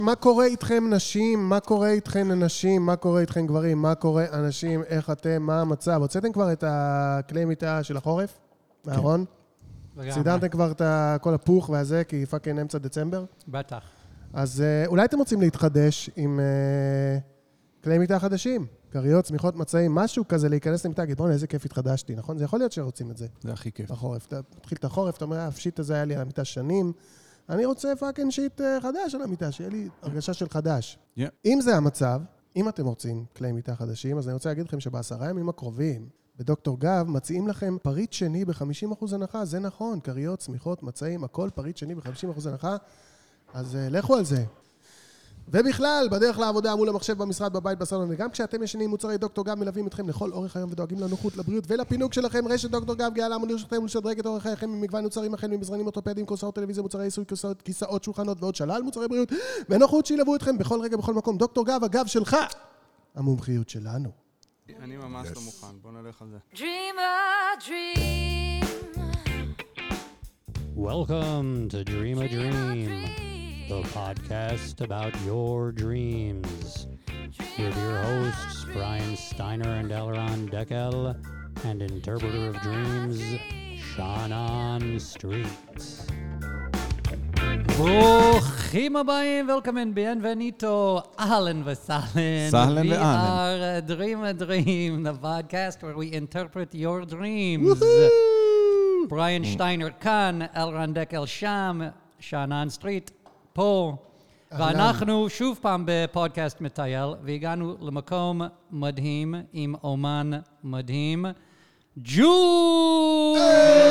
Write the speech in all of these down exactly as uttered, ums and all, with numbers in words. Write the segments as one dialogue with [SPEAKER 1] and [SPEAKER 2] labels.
[SPEAKER 1] מה קורה איתכם נשים? מה קורה איתכם נשים? מה קורה איתכם גברים? מה קורה אנשים? איך אתם? מה המצב? הוצאתם כבר את הכלי מיטה של החורף? מהארון? סידרתם כבר את כל הפוך והזה, כי פאקינג אמצע דצמבר?
[SPEAKER 2] בטח.
[SPEAKER 1] אז אולי אתם רוצים להתחדש עם כלי מיטה חדשים? כריות, צמיחות, מצעים, משהו כזה, להיכנס למיטה, להגיד, בוא'נה, איזה כיף התחדשתי, נכון? זה יכול להיות שרוצים את זה.
[SPEAKER 3] זה הכי כיף.
[SPEAKER 1] בחורף. אתה מתחיל את החורף, אתה אומר, הפשיט הזה היה לי על המיטה שנים, אני רוצה פאקינג שיט חדש על המיטה, שיהיה לי הרגשה של חדש.
[SPEAKER 3] Yeah.
[SPEAKER 1] אם זה המצב, אם אתם רוצים כלי מיטה חדשים, אז אני רוצה להגיד לכם שבעשרה ימים הקרובים, בדוקטור גב, מציעים לכם פריט שני ב-חמישים אחוז הנחה, זה נכון, כריות, צמיחות, מצעים, הכל פריט שני ב-חמישים אחוז הנחה, אז uh, לכו על זה. ובכלל, בדרך לעבודה מול המחשב במשרד, בבית, בסלון, וגם כשאתם ישנים, מוצרי דוקטור גב מלווים אתכם לכל אורך היום ודואגים לנוחות, לבריאות ולפינוק שלכם. רשת דוקטור גב גאה לעמוד לרשותכם ולשדרג את אורך חייכם ממגוון מוצרים החל ממזרנים אורתופדיים, כוסאות טלוויזיה, מוצרי עיסוי, כוסאות, כיסאות, שולחנות ועוד שלל מוצרי בריאות ונוחות שילוו אתכם בכל רגע, בכל מקום. דוקטור גב, הגב שלך, המומחיות שלנו.
[SPEAKER 3] אני ממש לא מוכן, בוא נלך על זה.
[SPEAKER 4] Dream a dream.
[SPEAKER 2] Welcome to Dream a Dream, the podcast about your dreams. With your hosts, Brian Steiner and Elron Deckel, and interpreter of dreams, Shannon Street. ברוכים הבאים, welcome and bienvenido, ahlan wa sahlan.
[SPEAKER 3] Sahlan
[SPEAKER 2] We
[SPEAKER 3] wa ahlan.
[SPEAKER 2] are uh, Dream a Dream, the podcast where we interpret your dreams. Brian Steiner כאן, אלרן דקל שם, שאנן סטריט פה, ואנחנו שוב פעם בפודקאסט מטייל, והגענו למקום מדהים עם אומן מדהים, ג'ו!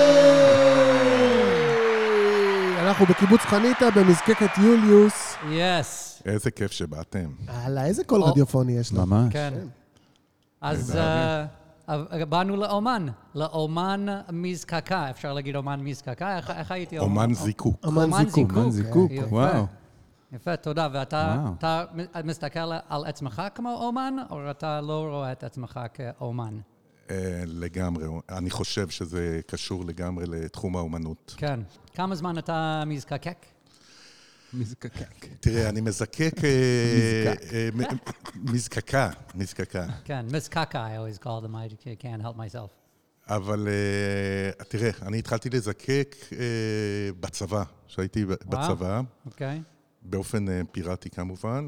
[SPEAKER 1] אנחנו בקיבוץ חניתה במזקקת יוליוס.
[SPEAKER 2] יס.
[SPEAKER 5] איזה כיף שבאתם.
[SPEAKER 1] הלאה, איזה קול רדיופוני יש לו.
[SPEAKER 3] ממש.
[SPEAKER 2] כן. אז uh, באנו לאומן, לאומן מזקקה, אפשר להגיד אומן מזקקה? איך, איך הייתי אומן?
[SPEAKER 5] אומן זיקוק.
[SPEAKER 1] אומן זיקוק.
[SPEAKER 3] אומן זיקוק,
[SPEAKER 2] יפה.
[SPEAKER 3] וואו.
[SPEAKER 2] יפה, תודה. ואתה
[SPEAKER 3] וואו.
[SPEAKER 2] אתה מסתכל על עצמך כמו אומן, או אתה לא רואה את עצמך כאומן?
[SPEAKER 5] אה, לגמרי. אני חושב שזה קשור לגמרי לתחום האומנות.
[SPEAKER 2] כן. כמה זמן אתה מזקקק?
[SPEAKER 3] מזקקק.
[SPEAKER 5] תראה, אני מזקק... אה, אה, מ- מזקקה, מזקקה.
[SPEAKER 2] כן, מזקקה, I always call them, I can't help myself.
[SPEAKER 5] אבל אה, תראה, אני התחלתי לזקק אה, בצבא, שהייתי ב- בצבא,
[SPEAKER 2] אוקיי.
[SPEAKER 5] באופן אה, פיראטי כמובן,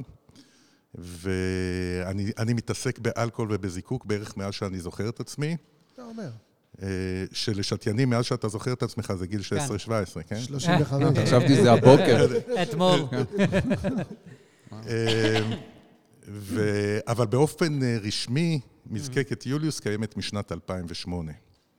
[SPEAKER 5] ואני אני מתעסק באלכוהול ובזיקוק בערך מאז שאני זוכר את עצמי.
[SPEAKER 1] אתה אומר.
[SPEAKER 5] אה, שלשתיינים, מאז שאתה זוכר את עצמך, זה גיל שש עשרה שבע עשרה, כן?
[SPEAKER 1] שלושים וחמש.
[SPEAKER 3] חשבתי זה הבוקר.
[SPEAKER 2] אתמול.
[SPEAKER 5] אה, ו- אבל באופן אה, רשמי, מזקקת יוליוס קיימת משנת אלפיים ושמונה,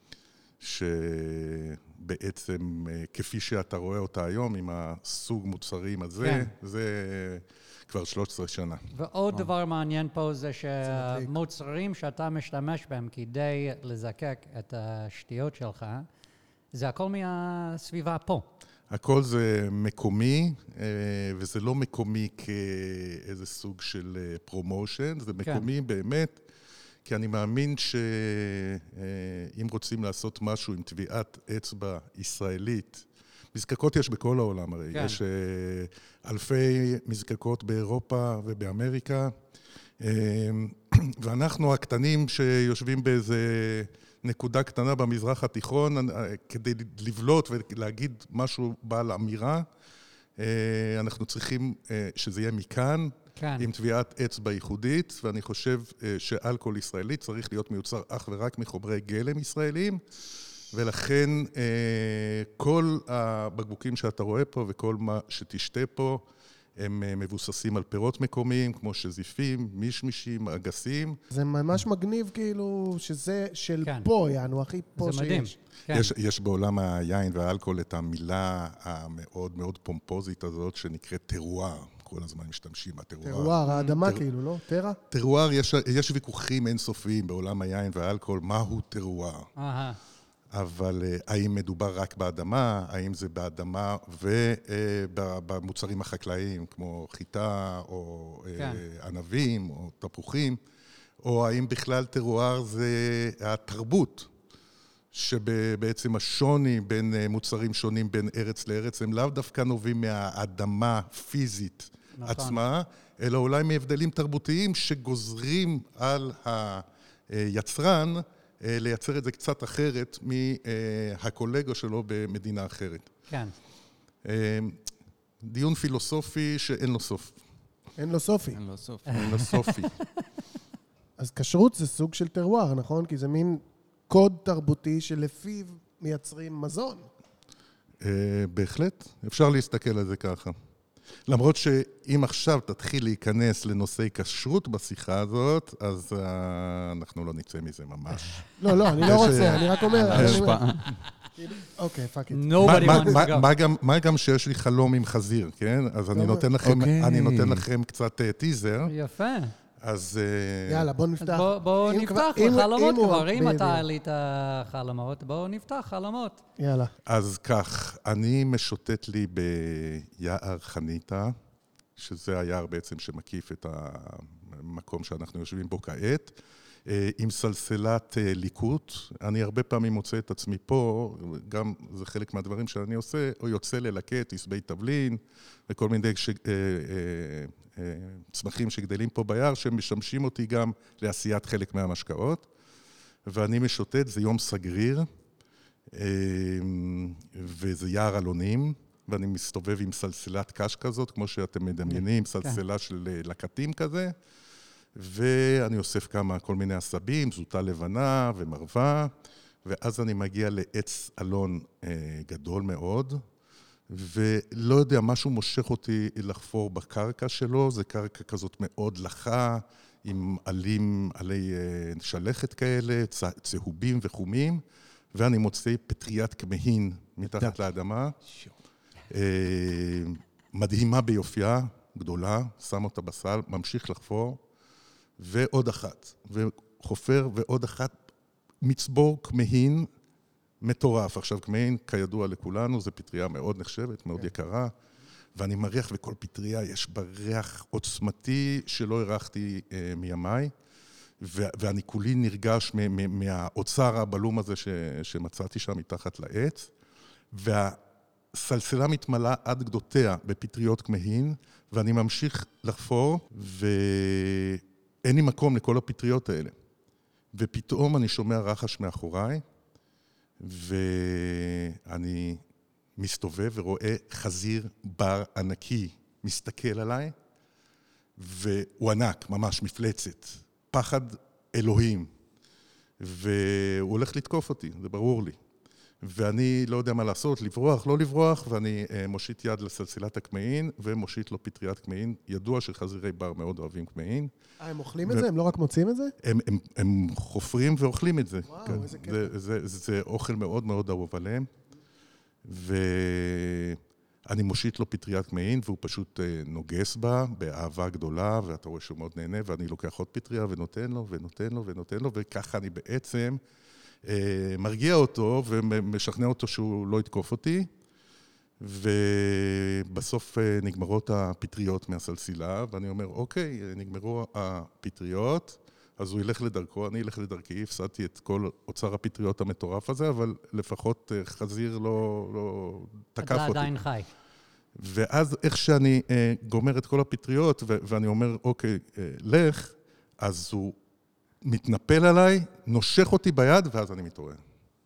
[SPEAKER 5] שבעצם, אה, כפי שאתה רואה אותה היום, עם הסוג מוצרים הזה,
[SPEAKER 2] כן.
[SPEAKER 5] זה כבר שלוש עשרה שנה.
[SPEAKER 2] ועוד דבר מעניין פה זה שהמוצרים שאתה משתמש בהם כדי לזקק את השתיות שלך, זה הכל מהסביבה פה.
[SPEAKER 5] הכל זה מקומי, אה, וזה לא מקומי כאיזה סוג של אה, פרומושן, זה מקומי באמת, כי אני מאמין שאם רוצים לעשות משהו עם טביעת אצבע ישראלית, מזקקות יש בכל העולם הרי,
[SPEAKER 2] כן.
[SPEAKER 5] יש אה, אלפי מזקקות באירופה ובאמריקה, אה, ואנחנו הקטנים שיושבים באיזה נקודה קטנה במזרח התיכון, אה, כדי לבלוט ולהגיד משהו בעל אמירה, אה, אנחנו צריכים אה, שזה יהיה מכאן,
[SPEAKER 2] כן.
[SPEAKER 5] עם טביעת אצבע ייחודית, ואני חושב אה, שאלכוהול ישראלי צריך להיות מיוצר אך ורק מחומרי גלם ישראלים, ולכן אה, כל הבקבוקים שאתה רואה פה וכל מה שתשתה פה, הם אה, מבוססים על פירות מקומיים, כמו שזיפים, מישמישים, אגסים.
[SPEAKER 1] זה ממש מגניב כאילו שזה של
[SPEAKER 2] כן.
[SPEAKER 1] פה, יענו, הכי פה
[SPEAKER 2] זה מדהים.
[SPEAKER 1] שיש.
[SPEAKER 2] כן.
[SPEAKER 5] יש, יש בעולם היין והאלכוהול את המילה המאוד מאוד פומפוזית הזאת, שנקראת טרואר. כל הזמן משתמשים בטרואר.
[SPEAKER 1] טרואר, האדמה
[SPEAKER 5] טר-
[SPEAKER 1] כאילו, לא? טרה?
[SPEAKER 5] טרואר, יש, יש ויכוחים אינסופיים בעולם היין והאלכוהול, מהו טרואר.
[SPEAKER 2] אהה.
[SPEAKER 5] אבל uh, האם מדובר רק באדמה, האם זה באדמה ובמוצרים uh, החקלאיים, כמו חיטה או
[SPEAKER 2] כן.
[SPEAKER 5] uh, ענבים או תפוחים, או האם בכלל טרואר זה התרבות, שבעצם השוני בין uh, מוצרים שונים בין ארץ לארץ, הם לאו דווקא נובעים מהאדמה פיזית עצמה, אלא אולי מהבדלים תרבותיים שגוזרים על היצרן לייצר את זה קצת אחרת מהקולגה שלו במדינה אחרת.
[SPEAKER 2] כן.
[SPEAKER 5] דיון פילוסופי שאין לו סוף.
[SPEAKER 1] אין לו סופי.
[SPEAKER 3] אין לו סוף.
[SPEAKER 5] אין לו סופי.
[SPEAKER 1] אז כשרות זה סוג של טרואר, נכון? כי זה מין קוד תרבותי שלפיו מייצרים מזון.
[SPEAKER 5] בהחלט, אפשר להסתכל על זה ככה. למרות שאם עכשיו תתחיל להיכנס לנושאי כשרות בשיחה הזאת, אז אנחנו לא נצא מזה ממש.
[SPEAKER 1] לא, לא, אני לא רוצה, אני רק אומר... אוקיי, פאק איט.
[SPEAKER 2] Nobody wants to go.
[SPEAKER 5] מה גם שיש לי חלום עם חזיר, כן? אז אני נותן לכם קצת טיזר.
[SPEAKER 2] יפה.
[SPEAKER 5] אז...
[SPEAKER 1] יאללה, בוא נפתח.
[SPEAKER 2] בואו נפתח חלומות כבר, אם אתה עלית חלומות, בואו נפתח חלומות.
[SPEAKER 1] יאללה.
[SPEAKER 5] אז כך, אני משוטט לי ביער חניתה, שזה היער בעצם שמקיף את המקום שאנחנו יושבים בו כעת, עם סלסלת ליקוט. אני הרבה פעמים מוצא את עצמי פה, גם זה חלק מהדברים שאני עושה, או יוצא ללקט, עשבי תבלין, וכל מיני ש... צמחים שגדלים פה ביער, שמשמשים אותי גם לעשיית חלק מהמשקאות. ואני משוטט, זה יום סגריר, וזה יער אלונים, ואני מסתובב עם סלסלת קש כזאת, כמו שאתם מדמיינים, סלסלה של לקטים כזה, ואני אוסף כמה, כל מיני עשבים, זוטה לבנה ומרווה, ואז אני מגיע לעץ אלון גדול מאוד, ולא יודע, משהו מושך אותי לחפור בקרקע שלו, זה קרקע כזאת מאוד לחה, עם עלים, עלי שלכת כאלה, צהובים וחומים, ואני מוצא פטריית כמהין מתחת לאדמה, מדהימה ביופייה, גדולה, שם אותה בסל, ממשיך לחפור, ועוד אחת, וחופר ועוד אחת, מצבור כמהין, מטורף. עכשיו, כמהין, כידוע לכולנו, זו פטריה מאוד נחשבת, מאוד יקרה, ואני מריח, וכל פטריה יש בה ריח עוצמתי שלא הרחתי אה, מימיי, ו- ואני כולי נרגש מ- מ- מהאוצר הבלום הזה ש- שמצאתי שם מתחת לעץ, והסלסלה מתמלאה עד גדותיה בפטריות כמהין, ואני ממשיך לחפור, ואין לי מקום לכל הפטריות האלה. ופתאום אני שומע רחש מאחוריי, ואני מסתובב ורואה חזיר בר ענקי, מסתכל עליי, והוא ענק, ממש מפלצת, פחד אלוהים, והוא הולך לתקוף אותי, זה ברור לי. ואני לא יודע מה לעשות, לברוח, לא לברוח, ואני מושיט יד לסלסלת הכמהין, ומושיט לו פטריית כמהין. ידוע שחזירי בר מאוד אוהבים כמהין.
[SPEAKER 1] אה, הם אוכלים את זה? הם לא רק מוצאים את זה?
[SPEAKER 5] הם, הם, הם חופרים ואוכלים את זה.
[SPEAKER 1] וואו,
[SPEAKER 5] כן.
[SPEAKER 1] איזה קטע.
[SPEAKER 5] זה, זה, זה אוכל מאוד מאוד אהוב עליהם. ואני מושיט לו פטריית כמהין, והוא פשוט נוגס בה באהבה גדולה, ואתה רואה שהוא מאוד נהנה, ואני לוקח עוד פטריה ונותן לו, ונותן לו, ונותן לו, וככה אני בעצם מרגיע אותו, ומשכנע אותו שהוא לא יתקוף אותי, ובסוף נגמרות הפטריות מהסלסילה, ואני אומר, אוקיי, נגמרו הפטריות, אז הוא ילך לדרכו, אני אלך לדרכי, הפסדתי את כל אוצר הפטריות המטורף הזה, אבל לפחות חזיר לא, לא תקף אותי.
[SPEAKER 2] אתה עדיין חי.
[SPEAKER 5] ואז איך שאני אה, גומר את כל הפטריות, ו- ואני אומר, אוקיי, אה, לך, אז הוא מתנפל עליי, נושך אותי ביד, ואז אני מתעורר.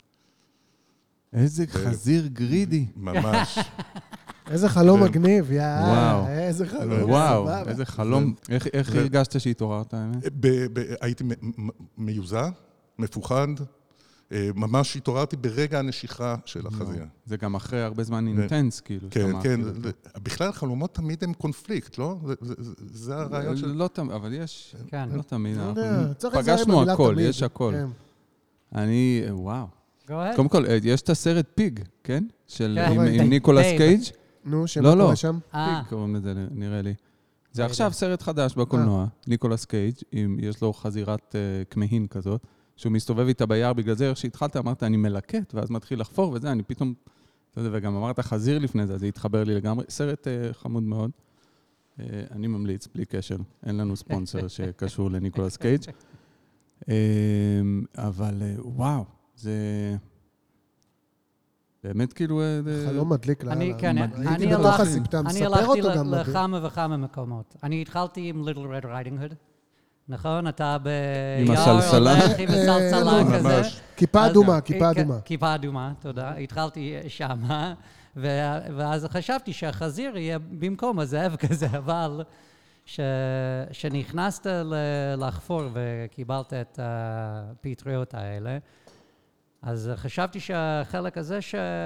[SPEAKER 3] איזה חזיר גרידי.
[SPEAKER 5] ממש.
[SPEAKER 1] איזה חלום מגניב, יאה.
[SPEAKER 3] וואו.
[SPEAKER 1] איזה חלום.
[SPEAKER 3] וואו,
[SPEAKER 1] סבבה.
[SPEAKER 3] איזה חלום. איך- איך הרגשת שהתעוררת, האמת?
[SPEAKER 5] ב- ב- הייתי מ- מ- מיוזע, מפוחד, אה, ממש התעוררתי ברגע הנשיכה של החזיר.
[SPEAKER 3] זה גם אחרי הרבה זמן אינטנס, כאילו.
[SPEAKER 5] כן,
[SPEAKER 3] שאתה
[SPEAKER 5] כן.
[SPEAKER 3] מאכיל אותו.
[SPEAKER 5] בכלל, חלומות תמיד הם קונפליקט, לא? זה- זה- זה- זה הרעיון של...
[SPEAKER 3] לא תמיד, אבל יש,
[SPEAKER 2] כן.
[SPEAKER 3] לא תמיד.
[SPEAKER 1] לא
[SPEAKER 3] אנחנו
[SPEAKER 1] יודע, צריך להיזהר עם
[SPEAKER 3] פגשנו
[SPEAKER 1] המילה
[SPEAKER 3] הכל,
[SPEAKER 1] תמיד.
[SPEAKER 3] יש הכל.
[SPEAKER 1] כן.
[SPEAKER 3] אני, וואו.
[SPEAKER 2] Go ahead.
[SPEAKER 3] קודם כל, יש את הסרט פיג, כן? של,
[SPEAKER 2] כן.
[SPEAKER 3] עם-
[SPEAKER 1] אוי,
[SPEAKER 3] עם ניקולס
[SPEAKER 2] בייב.
[SPEAKER 3] קייג'.
[SPEAKER 1] נו, שמה
[SPEAKER 3] לא, לא.
[SPEAKER 1] קורה שם?
[SPEAKER 2] אה,
[SPEAKER 3] פיג קוראים לזה, נראה לי. זה
[SPEAKER 2] לא
[SPEAKER 3] עכשיו
[SPEAKER 2] יודע.
[SPEAKER 3] סרט חדש בקולנוע, ניקולס קייג', עם- יש לו חזירת אה, כמהין כזאת, שהוא מסתובב איתה ביער, בגלל זה, איך שהתחלת, אמרת, אני מלקט, ואז מתחיל לחפור, וזה, אני פתאום, אתה יודע, וגם אמרת חזיר לפני זה, זה התחבר לי לגמרי. סרט אה, חמוד מאוד. אה, אני ממליץ, בלי קשר. אין לנו ספונסר שקשור לניקולס קייג'. אה, אבל אה, וואו, זה... באמת כאילו... אה,
[SPEAKER 1] חלום מדליק לאללה.
[SPEAKER 2] אני, כן,
[SPEAKER 3] מדליק.
[SPEAKER 2] אני
[SPEAKER 1] הייתי בתוך
[SPEAKER 2] הלכתי-
[SPEAKER 1] הספתה,
[SPEAKER 2] אני
[SPEAKER 1] מספר
[SPEAKER 2] הלכתי
[SPEAKER 1] אותו
[SPEAKER 2] ל-
[SPEAKER 1] גם מדהים.
[SPEAKER 2] לכמה וכמה מקומות. אני התחלתי עם ליטל רד ריידינג הוד, נכון? אתה
[SPEAKER 3] עם
[SPEAKER 2] ביער
[SPEAKER 3] הסלסלה?
[SPEAKER 2] הולך עם הסלסלה
[SPEAKER 1] אה,
[SPEAKER 2] כזה.
[SPEAKER 5] ממש.
[SPEAKER 1] כיפה
[SPEAKER 2] אז-
[SPEAKER 1] אדומה,
[SPEAKER 2] אה,
[SPEAKER 1] כיפה
[SPEAKER 2] כן,
[SPEAKER 1] אדומה.
[SPEAKER 2] כיפה אדומה, תודה. התחלתי שמה, ו- ואז חשבתי שהחזיר יהיה במקום הזאב כזה, אבל ש- שנכנסת ל- לחפור וקיבלת את הפטריות האלה, אז חשבתי שהחלק הזה,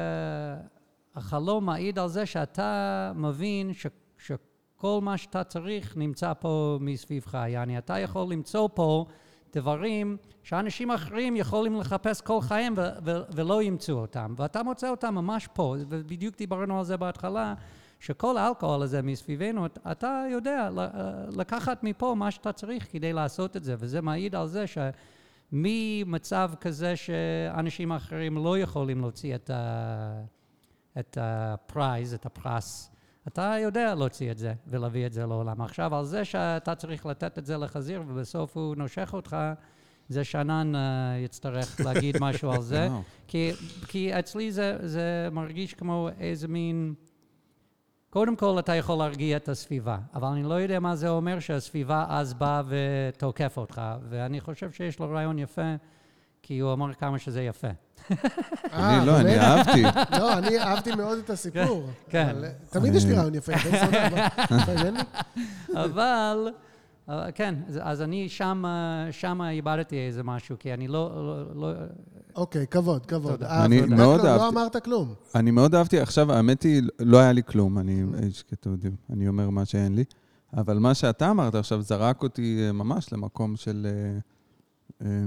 [SPEAKER 2] שהחלום מעיד על זה שאתה מבין ש- שכל מה שאתה צריך נמצא פה מסביבך. יעני, אתה יכול למצוא פה דברים שאנשים אחרים יכולים לחפש כל חיים ו- ו- ולא ימצאו אותם. ואתה מוצא אותם ממש פה, ובדיוק דיברנו על זה בהתחלה, שכל האלכוהול הזה מסביבנו, אתה יודע לקחת מפה מה שאתה צריך כדי לעשות את זה, וזה מעיד על זה ש... ממצב כזה שאנשים אחרים לא יכולים להוציא את ה- את הפרייז, את הפרס, אתה יודע להוציא את זה ולהביא את זה לעולם. עכשיו, על זה שאתה צריך לתת את זה לחזיר ובסוף הוא נושך אותך, זה שענן uh, יצטרך להגיד משהו על זה.
[SPEAKER 3] וואו.
[SPEAKER 2] כי, כי אצלי זה, זה מרגיש כמו איזה מין... קודם כל, אתה יכול להרגיע את הסביבה, אבל אני לא יודע מה זה אומר שהסביבה אז באה ותוקף אותך, ואני חושב שיש לו רעיון יפה, כי הוא אמר כמה שזה יפה.
[SPEAKER 3] אני לא, אני
[SPEAKER 1] באמת?
[SPEAKER 3] אהבתי.
[SPEAKER 1] לא, אני אהבתי מאוד את הסיפור.
[SPEAKER 2] כן.
[SPEAKER 1] אבל, אה, תמיד יש לי רעיון יפה, בן זונה, מה? אתה מבין לי?
[SPEAKER 2] אבל, אבל כן, אז, אז אני שם, שם איבדתי איזה משהו, כי אני לא... לא, לא
[SPEAKER 1] אוקיי, כבוד, כבוד.
[SPEAKER 2] תודה.
[SPEAKER 1] אהבתי.
[SPEAKER 3] אני
[SPEAKER 1] רק
[SPEAKER 3] מאוד
[SPEAKER 1] לא- לא
[SPEAKER 3] אהבתי.
[SPEAKER 1] אמרת כלום.
[SPEAKER 3] אני מאוד אהבתי, עכשיו האמת היא, לא היה לי כלום, אני, אתם יודעים, אני אומר מה שאין לי, אבל מה שאתה אמרת עכשיו זרק אותי אה, ממש למקום של, אה, אה,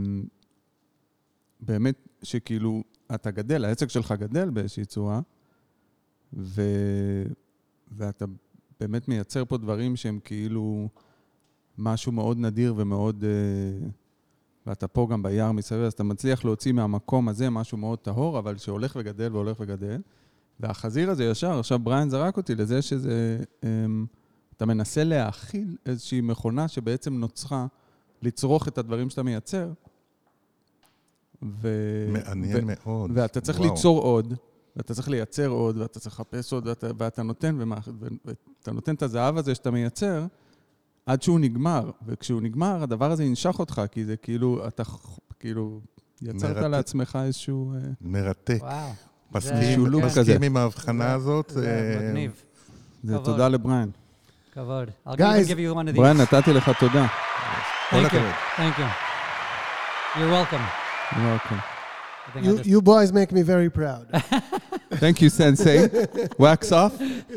[SPEAKER 3] באמת שכאילו אתה גדל, העסק שלך גדל באיזושהי צורה, ו, ואתה באמת מייצר פה דברים שהם כאילו משהו מאוד נדיר ומאוד... אה, ואתה פה גם ביער מסביב, אז אתה מצליח להוציא מהמקום הזה משהו מאוד טהור, אבל שהולך וגדל והולך וגדל. והחזיר הזה ישר, עכשיו בריין זרק אותי לזה שזה, um, אתה מנסה להאכיל איזושהי מכונה שבעצם נוצרה לצרוך את הדברים שאתה מייצר. ו...
[SPEAKER 5] מעניין
[SPEAKER 3] ו...
[SPEAKER 5] מאוד.
[SPEAKER 3] ואתה צריך
[SPEAKER 5] וואו.
[SPEAKER 3] ליצור עוד, ואתה צריך לייצר עוד, ואתה צריך לחפש עוד, ואתה, ואתה נותן, ומה, ואתה נותן את הזהב הזה שאתה מייצר, עד שהוא נגמר, וכשהוא נגמר, הדבר הזה ינשך אותך, כי זה כאילו, אתה כאילו, יצרת
[SPEAKER 5] מרתק.
[SPEAKER 3] לעצמך איזשהו... אה,
[SPEAKER 5] מרתק.
[SPEAKER 2] וואו.
[SPEAKER 5] מסכים,
[SPEAKER 3] שילוב
[SPEAKER 5] מסכים
[SPEAKER 3] כזה.
[SPEAKER 5] עם ההבחנה הזאת.
[SPEAKER 2] זה
[SPEAKER 5] אה,
[SPEAKER 2] מגניב.
[SPEAKER 3] זה
[SPEAKER 2] כבוד.
[SPEAKER 3] תודה לבריין.
[SPEAKER 2] כבוד. I'll
[SPEAKER 1] Guys.
[SPEAKER 2] even give you one of these.
[SPEAKER 3] בריין, נתתי לך תודה.
[SPEAKER 5] כל
[SPEAKER 2] Thank you.
[SPEAKER 5] הכבוד.
[SPEAKER 2] Thank you. You're welcome.
[SPEAKER 3] Welcome.
[SPEAKER 2] I think I
[SPEAKER 1] You
[SPEAKER 2] just-
[SPEAKER 1] you boys make me very proud.
[SPEAKER 3] Thank you, sensei. Wax off.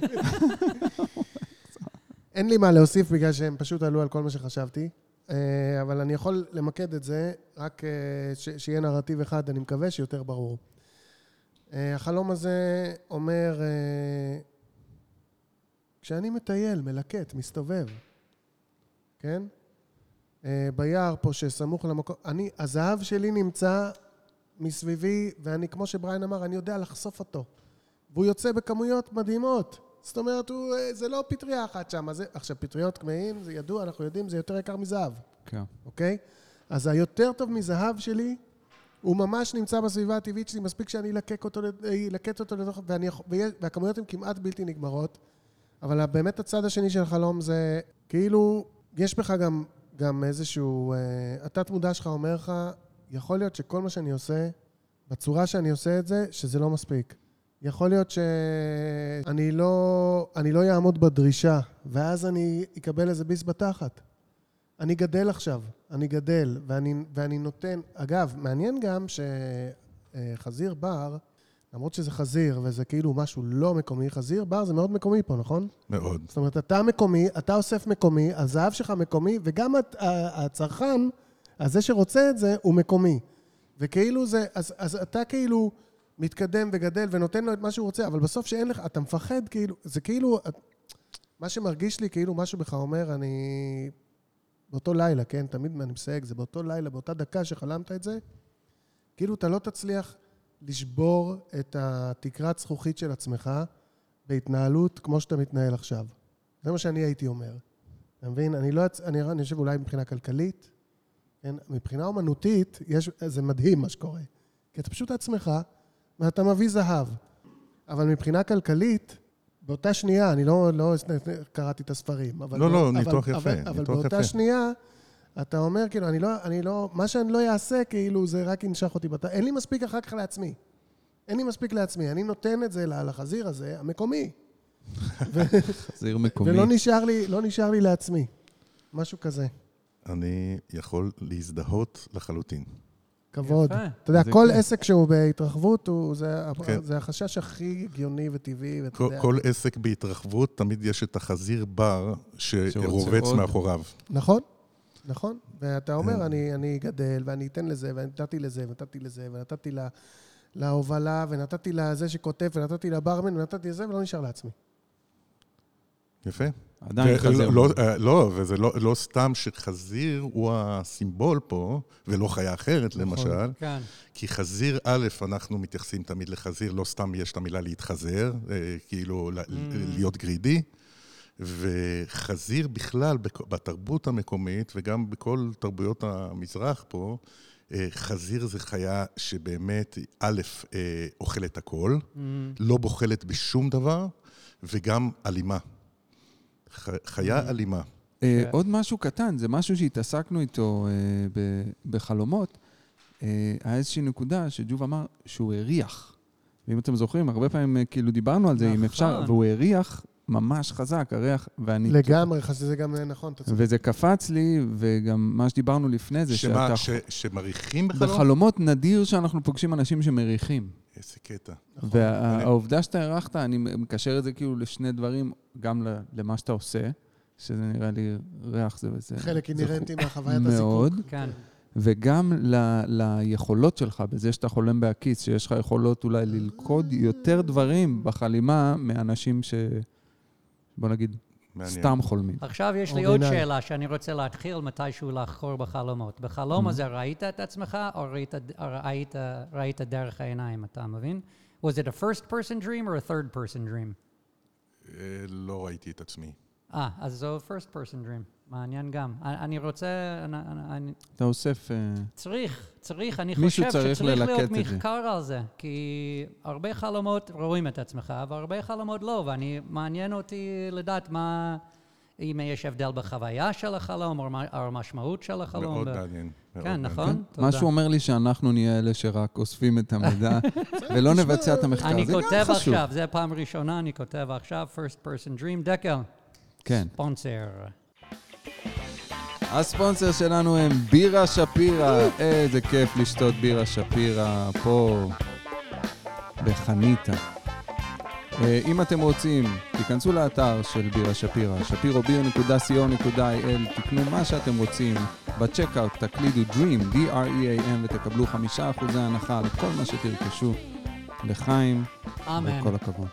[SPEAKER 1] אין לי מה להוסיף בגלל שהם פשוט עלו על כל מה שחשבתי, אה, אבל אני יכול למקד את זה, רק אה, ש- שיהיה נרטיב אחד, אני מקווה שיותר ברור. אה, החלום הזה אומר, אה, כשאני מטייל, מלקט, מסתובב, כן? אה, ביער פה שסמוך למקום, אני, הזהב שלי נמצא מסביבי, ואני, כמו שבריין אמר, אני יודע לחשוף אותו. והוא יוצא בכמויות מדהימות. זאת אומרת, הוא, זה לא פטריה אחת שם. זה, עכשיו, פטריות כמהים, זה ידוע, אנחנו יודעים, זה יותר יקר מזהב,
[SPEAKER 3] כן.
[SPEAKER 1] אוקיי? אז היותר טוב מזהב שלי, הוא ממש נמצא בסביבה הטבעית שלי, מספיק שאני אלקק אותו, אלקט אותו לתוך, ואני, יכול- ויש- והכמויות הן כמעט בלתי נגמרות, אבל באמת הצד השני של החלום זה, כאילו, יש בך גם, גם איזשהו, אה, התת מודע שלך אומר לך, יכול להיות שכל מה שאני עושה, בצורה שאני עושה את זה, שזה לא מספיק. יכול להיות שאני לא, אני לא יעמוד בדרישה, ואז אני אקבל איזה ביס בתחת. אני גדל עכשיו, אני גדל, ואני, ואני נותן... אגב, מעניין גם שחזיר בר, למרות שזה חזיר, וזה כאילו משהו לא מקומי, חזיר בר זה מאוד מקומי פה, נכון?
[SPEAKER 5] מאוד.
[SPEAKER 1] זאת אומרת, אתה מקומי, אתה אוסף מקומי, הזהב שלך מקומי, וגם הת- ה- הצרכן, הזה שרוצה את זה, הוא מקומי. וכאילו זה, אז, אז אתה כאילו מתקדם וגדל ונותן לו את מה שהוא רוצה, אבל בסוף שאין לך, אתה מפחד כאילו, זה כאילו, מה שמרגיש לי כאילו משהו בך אומר, אני, באותו לילה, כן, תמיד אני מסייג, זה באותו לילה, באותה דקה שחלמת את זה, כאילו אתה לא תצליח לשבור את התקרת זכוכית של עצמך בהתנהלות כמו שאתה מתנהל עכשיו. זה מה שאני הייתי אומר. אתה מבין? אני לא, אני, אני חושב אולי מבחינה כלכלית, כן? מבחינה אומנותית, יש, זה מדהים מה שקורה. כי אתה פשוט עצמך, ואתה מביא זהב. אבל מבחינה כלכלית, באותה שנייה, אני לא, לא קראתי את הספרים, אבל...
[SPEAKER 5] לא, לא,
[SPEAKER 1] אבל,
[SPEAKER 5] ניתוח יפה,
[SPEAKER 1] אבל,
[SPEAKER 5] ניתוח
[SPEAKER 1] אבל באותה
[SPEAKER 5] יפה.
[SPEAKER 1] שנייה, אתה אומר, כאילו, אני לא, אני לא, מה שאני לא אעשה, כאילו, זה רק ינשך אותי בת... אין לי מספיק אחר כך לעצמי. אין לי מספיק לעצמי. אני נותן את זה לחזיר הזה, המקומי.
[SPEAKER 3] חזיר מקומי.
[SPEAKER 1] ולא נשאר לי, לא נשאר לי לעצמי. משהו כזה.
[SPEAKER 5] אני יכול להזדהות לחלוטין.
[SPEAKER 1] כבוד.
[SPEAKER 2] יפה.
[SPEAKER 1] אתה יודע,
[SPEAKER 3] זה
[SPEAKER 1] כל
[SPEAKER 3] כיף.
[SPEAKER 1] עסק שהוא בהתרחבות, הוא, זה,
[SPEAKER 5] כן.
[SPEAKER 1] זה החשש הכי הגיוני וטבעי. ואתה
[SPEAKER 5] כל,
[SPEAKER 1] יודע.
[SPEAKER 5] כל עסק בהתרחבות, תמיד יש את החזיר בר שרובץ
[SPEAKER 3] עוד.
[SPEAKER 5] מאחוריו.
[SPEAKER 1] נכון, נכון. ואתה אומר, אני, אני אגדל, ואני אתן לזה, ונתתי לזה, ונתתי לזה, ונתתי לה, להובלה, ונתתי לזה שכותב, ונתתי לברמן, ונתתי לזה, ולא נשאר לעצמי.
[SPEAKER 5] יפה.
[SPEAKER 3] עדיין
[SPEAKER 5] ו-
[SPEAKER 3] חזיר.
[SPEAKER 5] לא, לא, וזה לא, לא סתם שחזיר הוא הסימבול פה, ולא חיה אחרת למשל,
[SPEAKER 2] כן.
[SPEAKER 5] כי חזיר א', אנחנו מתייחסים תמיד לחזיר, לא סתם יש את המילה להתחזר, אה, כאילו ל- להיות גרידי, וחזיר בכלל בתרבות המקומית, וגם בכל תרבויות המזרח פה, אה, חזיר זה חיה שבאמת, א', אה, אוכלת הכל, לא בוחלת בשום דבר, וגם אלימה. ח- חיה אלימה.
[SPEAKER 3] אה, עוד משהו קטן, זה משהו שהתעסקנו איתו אה, ב- בחלומות. אה, היה איזושהי נקודה שג'וב אמר שהוא הריח. ואם אתם זוכרים, הרבה פעמים אה, כאילו דיברנו על זה, אם
[SPEAKER 2] נכון.
[SPEAKER 3] אפשר, והוא הריח ממש חזק, הריח, ואני...
[SPEAKER 1] לגמרי, חשבתי שזה גם נכון. אתה צודק.
[SPEAKER 3] וזה קפץ לי, וגם מה שדיברנו לפני זה,
[SPEAKER 5] שמה,
[SPEAKER 3] שאתה...
[SPEAKER 5] ש, שמריחים בחלום?
[SPEAKER 3] בחלומות נדיר שאנחנו פוגשים אנשים שמריחים.
[SPEAKER 5] איזה קטע.
[SPEAKER 3] והעובדה שאתה הרחת, אני מקשר את זה כאילו לשני דברים, גם ל- למה שאתה עושה, שזה נראה לי ריח זה וזה.
[SPEAKER 1] חלק
[SPEAKER 3] זה
[SPEAKER 1] אינרנטי
[SPEAKER 3] חו-
[SPEAKER 1] מהחוויית הזיקוק.
[SPEAKER 3] מאוד,
[SPEAKER 2] כן.
[SPEAKER 3] וגם ל- ליכולות שלך, בזה שאתה חולם בהקיץ, שיש לך יכולות אולי ללכוד יותר דברים בחלימה מאנשים ש... בוא נגיד,
[SPEAKER 5] מעניין.
[SPEAKER 3] סתם חולמים.
[SPEAKER 2] עכשיו יש לי עוד
[SPEAKER 1] אורגינלי.
[SPEAKER 2] שאלה שאני רוצה להתחיל מתישהו לחקור בחלומות. בחלום הזה ראית את עצמך, או ראית, ראית, ראית דרך העיניים, אתה מבין? Was it a first person dream or a third person dream?
[SPEAKER 5] אה, לא ראיתי את עצמי.
[SPEAKER 2] אה, אז זו first person dream. מעניין גם. אני, אני רוצה, אני, אני,
[SPEAKER 3] אתה אוסף... אה,
[SPEAKER 2] צריך, צריך, אני
[SPEAKER 3] מישהו
[SPEAKER 2] חושב
[SPEAKER 3] צריך
[SPEAKER 2] שצריך
[SPEAKER 3] ללקט
[SPEAKER 2] להיות
[SPEAKER 3] את זה.
[SPEAKER 2] מחקר על זה, כי הרבה חלומות רואים את עצמך, והרבה חלומות לא, ואני, מעניין אותי לדעת מה, אם יש הבדל בחוויה של החלום, או מה- או המשמעות של החלום.
[SPEAKER 5] מאוד
[SPEAKER 2] ו-
[SPEAKER 5] מעניין. מאוד
[SPEAKER 2] כן,
[SPEAKER 5] מעניין.
[SPEAKER 2] נכון? תודה.
[SPEAKER 3] משהו אומר לי שאנחנו נהיה אלה שרק אוספים את המידע, ולא נבצע את המחקר.
[SPEAKER 2] אני
[SPEAKER 3] זה גם
[SPEAKER 2] כותב
[SPEAKER 3] חשוב.
[SPEAKER 2] עכשיו, זה פעם ראשונה, אני כותב עכשיו, first person dream, דקל,
[SPEAKER 3] כן.
[SPEAKER 2] ספונסר.
[SPEAKER 3] הספונסר שלנו הם בירה שפירא. איזה כיף לשתות בירה שפירא פה בחניתה. אה, אם אתם רוצים, תיכנסו לאתר של בירה שפירא, שפירו ביר נקודה סי או נקודה איי אל, תקנו מה שאתם רוצים, בצ'קאוט תקלידו Dream, D R E A M, ותקבלו חמישה אחוזי הנחה לכל מה שתרכשו. לחיים,
[SPEAKER 2] אמן.
[SPEAKER 3] וכל הכבוד.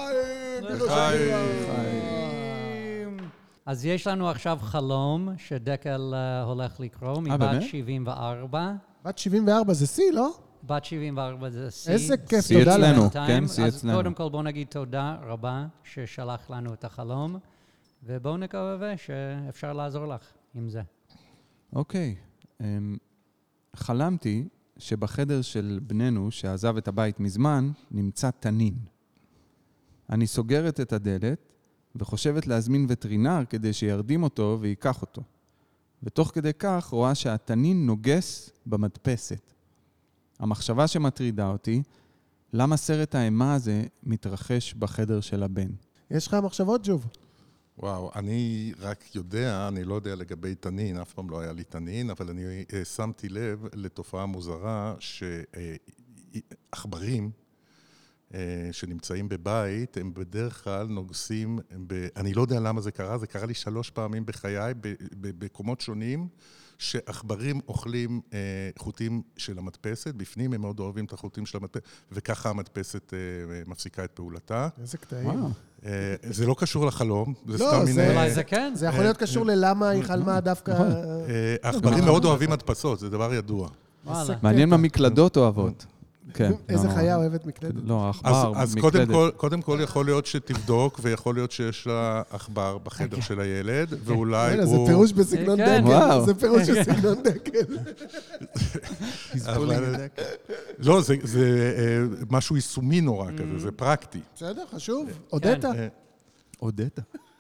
[SPEAKER 2] אז יש לנו עכשיו חלום שדקל אה, הולך לקרוא, מבת
[SPEAKER 3] באמת?
[SPEAKER 2] שבעים וארבע.
[SPEAKER 1] בת שבעים וארבע זה שיא, לא?
[SPEAKER 2] בת שבעים וארבע זה שיא.
[SPEAKER 1] איזה כיף,
[SPEAKER 3] שיא
[SPEAKER 1] תודה
[SPEAKER 3] אצלנו.
[SPEAKER 1] לך.
[SPEAKER 3] כן, שיא
[SPEAKER 2] אז
[SPEAKER 3] אצלנו.
[SPEAKER 2] קודם כל בואו נגיד תודה רבה ששלח לנו את החלום, ובואו נקווה שאפשר לעזור לך עם זה.
[SPEAKER 3] אוקיי. אמ, חלמתי שבחדר של בננו, שעזב את הבית מזמן, נמצא תנין. אני סוגרת את הדלת וחושבת להזמין וטרינר כדי שירדים אותו ויקח אותו. ותוך כדי כך רואה שהתנין נוגס במדפסת. המחשבה שמטרידה אותי, למה סרט האימה הזה מתרחש בחדר של הבן?
[SPEAKER 1] יש לך מחשבות, ג'וב?
[SPEAKER 5] וואו, אני רק יודע, אני לא יודע לגבי תנין, אף פעם לא היה לי תנין, אבל אני אה, שמתי לב לתופעה מוזרה שעכברים אה, שנמצאים בבית, הם בדרך כלל נוגסים, ב, אני לא יודע למה זה קרה, זה קרה לי שלוש פעמים בחיי, במקומות שונים, שעכברים אוכלים אה, חוטים של המדפסת, בפנים הם מאוד אוהבים את החוטים של המדפסת, וככה המדפסת אה, מפסיקה את פעולתה.
[SPEAKER 1] איזה קטעים.
[SPEAKER 3] וואו.
[SPEAKER 5] אה, זה לא קשור לחלום, זה
[SPEAKER 1] לא,
[SPEAKER 5] סתם
[SPEAKER 1] זה-
[SPEAKER 5] מיני...
[SPEAKER 2] אולי זה כן?
[SPEAKER 1] זה יכול להיות קשור ללמה היא חלמה דווקא...
[SPEAKER 5] אה, העכברים מאוד אוהבים מדפסות, זה דבר ידוע.
[SPEAKER 2] וואלה.
[SPEAKER 3] מעניין מה מקלדות אוהבות. כן.
[SPEAKER 1] איזה
[SPEAKER 3] לא,
[SPEAKER 1] חיה אוהבת מקלדת.
[SPEAKER 3] לא,
[SPEAKER 5] אז,
[SPEAKER 3] העכבר,
[SPEAKER 5] אז קודם,
[SPEAKER 3] מקלדת.
[SPEAKER 5] כל, קודם כל יכול להיות שתבדוק, ויכול להיות שיש לה עכבר בחדר של הילד, ואולי
[SPEAKER 1] הנה, זה
[SPEAKER 5] הוא...
[SPEAKER 1] פירוש בסגנון
[SPEAKER 2] כן.
[SPEAKER 1] דקל.
[SPEAKER 3] וואו.
[SPEAKER 1] זה פירוש בסגנון דקל.
[SPEAKER 3] תספור לי
[SPEAKER 5] אבל-
[SPEAKER 3] מדקה.
[SPEAKER 5] לא, זה, זה אה, משהו יישומי נורא כזה, זה פרקטי.
[SPEAKER 1] בסדר, חשוב. הודית?
[SPEAKER 5] אה,
[SPEAKER 3] הודית.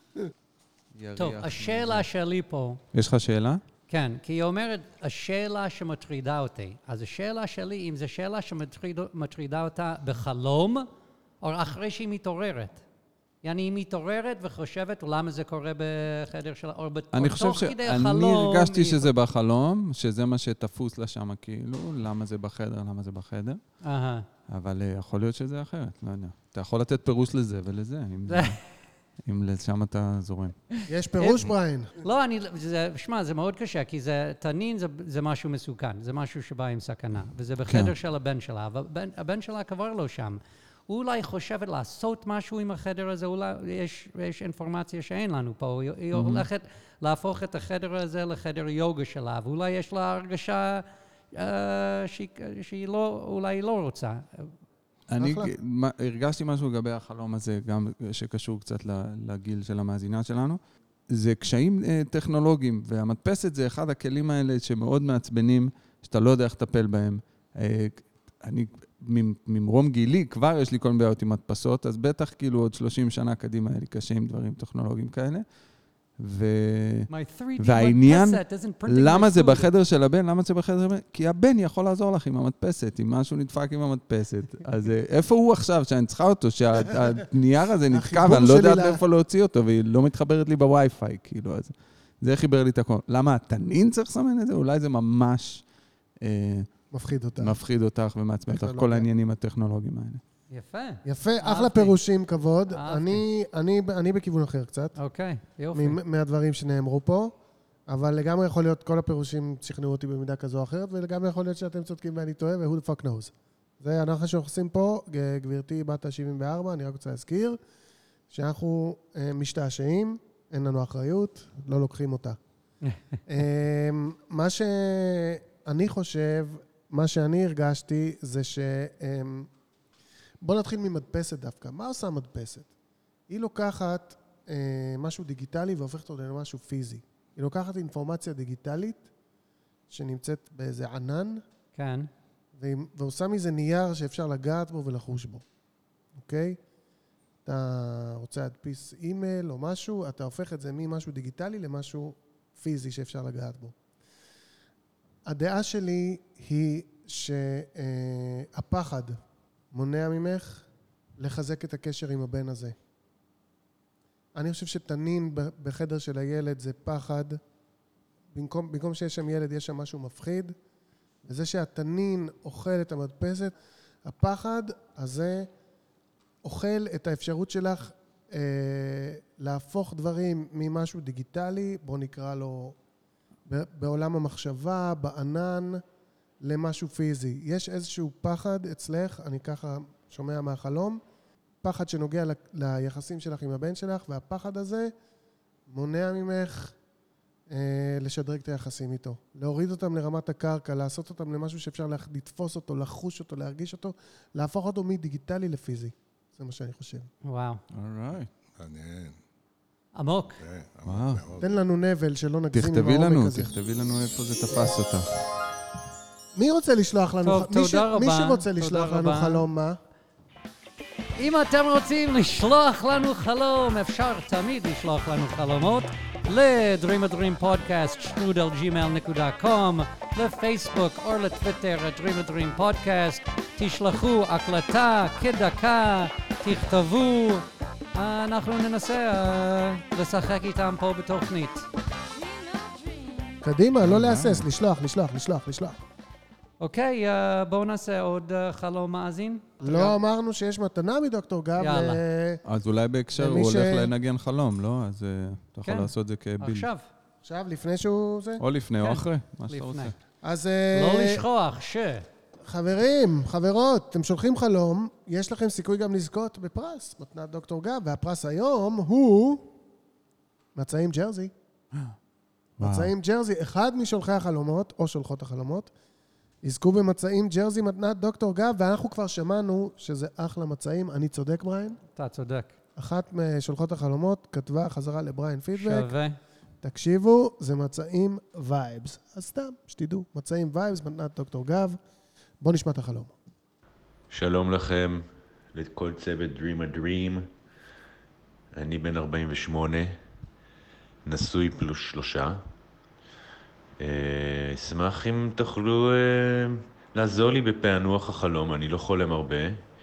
[SPEAKER 2] טוב, השאלה שלי פה,
[SPEAKER 3] יש לך שאלה?
[SPEAKER 2] כן, כי היא אומרת, השאלה שמטרידה אותי. אז השאלה שלי, אם זו שאלה שמטרידה אותה בחלום, או אחרי שהיא מתעוררת. יעני, היא מתעוררת וחושבת למה זה קורה בחדר שלה, או
[SPEAKER 3] אני חושב
[SPEAKER 2] תוך כדי
[SPEAKER 3] שאני
[SPEAKER 2] החלום.
[SPEAKER 3] הרגשתי
[SPEAKER 2] היא-
[SPEAKER 3] שזה בחלום, שזה מה שתפוס לה שם, כאילו, למה זה בחדר, למה זה בחדר.
[SPEAKER 2] אהה.
[SPEAKER 3] אבל אה, יכול להיות שזה אחרת, לא יודע. אתה יכול לתת פירוש לזה ולזה, אם זה- אם לשם אתה זורם.
[SPEAKER 1] יש פירוש, בריין?
[SPEAKER 2] לא, אני, זה, שמע, זה מאוד קשה, כי זה, תנין זה, זה משהו מסוכן, זה משהו שבא עם סכנה, וזה בחדר
[SPEAKER 3] כן.
[SPEAKER 2] של הבן שלה, אבל הבן, הבן שלה כבר לא שם. הוא אולי חושבת לעשות משהו עם החדר הזה, אולי יש, יש אינפורמציה שאין לנו פה, היא, היא הולכת להפוך את החדר הזה לחדר יוגה שלה, ואולי יש לה הרגשה אה, שהיא, שהיא לא, אולי היא לא רוצה.
[SPEAKER 3] אני
[SPEAKER 1] אחלה.
[SPEAKER 3] מה- הרגשתי משהו לגבי החלום הזה, גם שקשור קצת ל- לגיל של המאזינה שלנו. זה קשיים אה, טכנולוגיים, והמדפסת זה אחד הכלים האלה שמאוד מעצבנים, שאתה לא יודע איך לטפל בהם. אה, אני, ממ- ממרום גילי, כבר יש לי כל מיני בעיות עם מדפסות, אז בטח כאילו עוד שלושים שנה קדימה היה לי קשה עם דברים טכנולוגיים כאלה. ו...
[SPEAKER 2] My three D
[SPEAKER 3] והעניין,
[SPEAKER 2] מדפסת isn't printing
[SPEAKER 3] למה
[SPEAKER 2] my
[SPEAKER 3] זה
[SPEAKER 2] food.
[SPEAKER 3] בחדר של הבן? למה זה בחדר של הבן? כי הבן יכול לעזור לך עם המדפסת, אם משהו נדפק עם המדפסת. אז אה, איפה הוא עכשיו שאני צריכה אותו, שהנייר הזה נתקע
[SPEAKER 1] החיבור
[SPEAKER 3] ואני לא
[SPEAKER 1] שלי
[SPEAKER 3] יודעת
[SPEAKER 1] ל-
[SPEAKER 3] מאיפה להוציא אותו, והיא לא מתחברת לי בווי-פיי, כאילו, אז זה חיבר לי את הכל. למה התנין צריך לסמן את זה? אולי זה ממש אה,
[SPEAKER 1] מפחיד אותה.
[SPEAKER 3] מפחיד אותך ומעצבן אותך, כל
[SPEAKER 1] טכנולוגיה.
[SPEAKER 3] העניינים הטכנולוגיים האלה.
[SPEAKER 2] יפה.
[SPEAKER 1] יפה, אחלה
[SPEAKER 2] אהבתי.
[SPEAKER 1] פירושים, כבוד.
[SPEAKER 2] אהבתי.
[SPEAKER 1] אני, אני, אני בכיוון אחר קצת,
[SPEAKER 2] אוקיי, יופי.
[SPEAKER 1] מ- מהדברים שנאמרו פה, אבל לגמרי יכול להיות, כל הפירושים שכנעו אותי במידה כזו או אחרת, ולגמרי יכול להיות שאתם צודקים ואני טועה, ו-who the fuck knows. זה אנחנו שאנחנו עושים פה, ג- גברתי בת ה-שבעים וארבע, אני רק רוצה להזכיר, שאנחנו אה, משתעשעים, אין לנו אחריות, לא לוקחים אותה. אה, מה שאני חושב, מה שאני הרגשתי, זה ש... אה, בוא נתחיל ממדפסת דווקא. מה עושה מדפסת? היא לוקחת אה, משהו דיגיטלי והופכת אותו למשהו פיזי. היא לוקחת אינפורמציה דיגיטלית שנמצאת באיזה ענן,
[SPEAKER 2] כן.
[SPEAKER 1] והיא- ועושה מזה נייר שאפשר לגעת בו ולחוש בו, אוקיי? אתה רוצה להדפיס אימייל או משהו, אתה הופך את זה ממשהו דיגיטלי למשהו פיזי שאפשר לגעת בו. הדעה שלי היא שהפחד מונע ממך לחזק את הקשר עם הבן הזה. אני חושב שתנין ב- בחדר של הילד זה פחד. במקום, במקום שיש שם ילד, יש שם משהו מפחיד. וזה שהתנין אוכל את המדפסת, הפחד הזה אוכל את האפשרות שלך אה, להפוך דברים ממשהו דיגיטלי, בוא נקרא לו ב- בעולם המחשבה, בענן, למשהו פיזי. יש איזשהו פחד אצלך, אני ככה שומע מהחלום, פחד שנוגע ל- ליחסים שלך עם הבן שלך, והפחד הזה מונע ממך אה, לשדרג את היחסים איתו. להוריד אותם לרמת הקרקע, לעשות אותם למשהו שאפשר לה- לתפוס אותו, לחוש אותו, להרגיש אותו, להפוך אותו מדיגיטלי לפיזי. זה מה שאני חושב.
[SPEAKER 2] וואו.
[SPEAKER 3] אורייט.
[SPEAKER 5] מעניין.
[SPEAKER 2] עמוק.
[SPEAKER 5] כן,
[SPEAKER 3] וואו.
[SPEAKER 5] עמוק מאוד.
[SPEAKER 1] תן לנו נבל שלא נגזים עם
[SPEAKER 3] תכתבי
[SPEAKER 1] העומק
[SPEAKER 3] לנו,
[SPEAKER 1] הזה.
[SPEAKER 3] תכתבי לנו איפה זה תפס אותך.
[SPEAKER 1] מי רוצה לשלוח לנו?
[SPEAKER 2] טוב,
[SPEAKER 1] מי
[SPEAKER 2] תודה
[SPEAKER 1] ש-
[SPEAKER 2] רבה.
[SPEAKER 1] מי שרוצה
[SPEAKER 2] תודה
[SPEAKER 1] לשלוח לנו
[SPEAKER 2] רבה.
[SPEAKER 1] חלום, מה?
[SPEAKER 2] אם אתם רוצים לשלוח לנו חלום, אפשר תמיד לשלוח לנו חלומות ל-Dream a Dream Podcast, שטרודל ג'ימייל נקודה קום, לפייסבוק או לטוויטר, Dream a Dream Podcast. תשלחו הקלטה כדקה, תכתבו, אנחנו ננסה uh, לשחק איתם פה בתוכנית.
[SPEAKER 1] קדימה, לא להסס, לשלוח, לשלוח, לשלוח, לשלוח.
[SPEAKER 2] אוקיי, uh, בואו נעשה עוד uh, חלום מאזין.
[SPEAKER 1] לא אמרנו שיש מתנה מדוקטור גב
[SPEAKER 2] יאללה.
[SPEAKER 1] ל-
[SPEAKER 3] אז אולי בהקשר
[SPEAKER 1] למי
[SPEAKER 3] הוא
[SPEAKER 1] ש-
[SPEAKER 3] הולך לנגן חלום, לא? אז אה, אתה יכול
[SPEAKER 2] כן.
[SPEAKER 3] לעשות את זה כביל.
[SPEAKER 2] עכשיו,
[SPEAKER 1] עכשיו, לפני שהוא זה.
[SPEAKER 3] או לפני
[SPEAKER 2] כן.
[SPEAKER 3] או אחרי, מה שאתה
[SPEAKER 2] לפני.
[SPEAKER 3] רוצה.
[SPEAKER 1] אז
[SPEAKER 2] לא
[SPEAKER 1] אה,
[SPEAKER 2] לשכוח ש...
[SPEAKER 1] חברים, חברות, אתם שולחים חלום, יש לכם סיכוי גם לזכות בפרס, מתנת דוקטור גב, והפרס היום הוא מצעים ג'רזי.
[SPEAKER 3] וואו.
[SPEAKER 1] מצעים ג'רזי, אחד משולחי החלומות, או שולחות החלומות, יזכו במצעים ג'רזי מתנת דוקטור גב, ואנחנו כבר שמענו שזה אחלה מצעים. אני צודק, בריין?
[SPEAKER 2] אתה צודק.
[SPEAKER 1] אחת משולחות החלומות כתבה חזרה לבריין פידבק.
[SPEAKER 2] שווה.
[SPEAKER 1] תקשיבו, זה מצעים וייבס. אז סתם, שתדעו, מצעים וייבס מתנת דוקטור גב. בואו נשמע את החלום.
[SPEAKER 6] שלום לכם, לכל צוות Dream a Dream. אני בן ארבעים ושמונה, נשוי פלוס שלושה. אשמח אם תוכלו לעזור לי בפענוח החלום, אני לא חולם הרבה,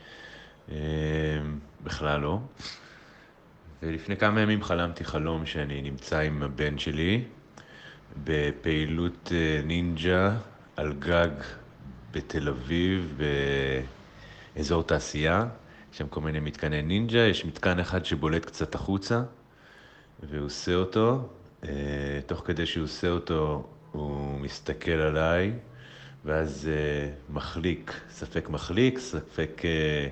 [SPEAKER 6] בכלל לא. ולפני כמה ימים חלמתי חלום שאני נמצא עם הבן שלי בפעילות נינג'ה על גג בתל אביב, באזור תעשייה. יש שם כל מיני מתקני נינג'ה, יש מתקן אחד שבולט קצת החוצה, והוא עושה אותו. תוך כדי שהוא עושה אותו, הוא מסתכל עליי, ואז מחליק, ספק מחליק, ספק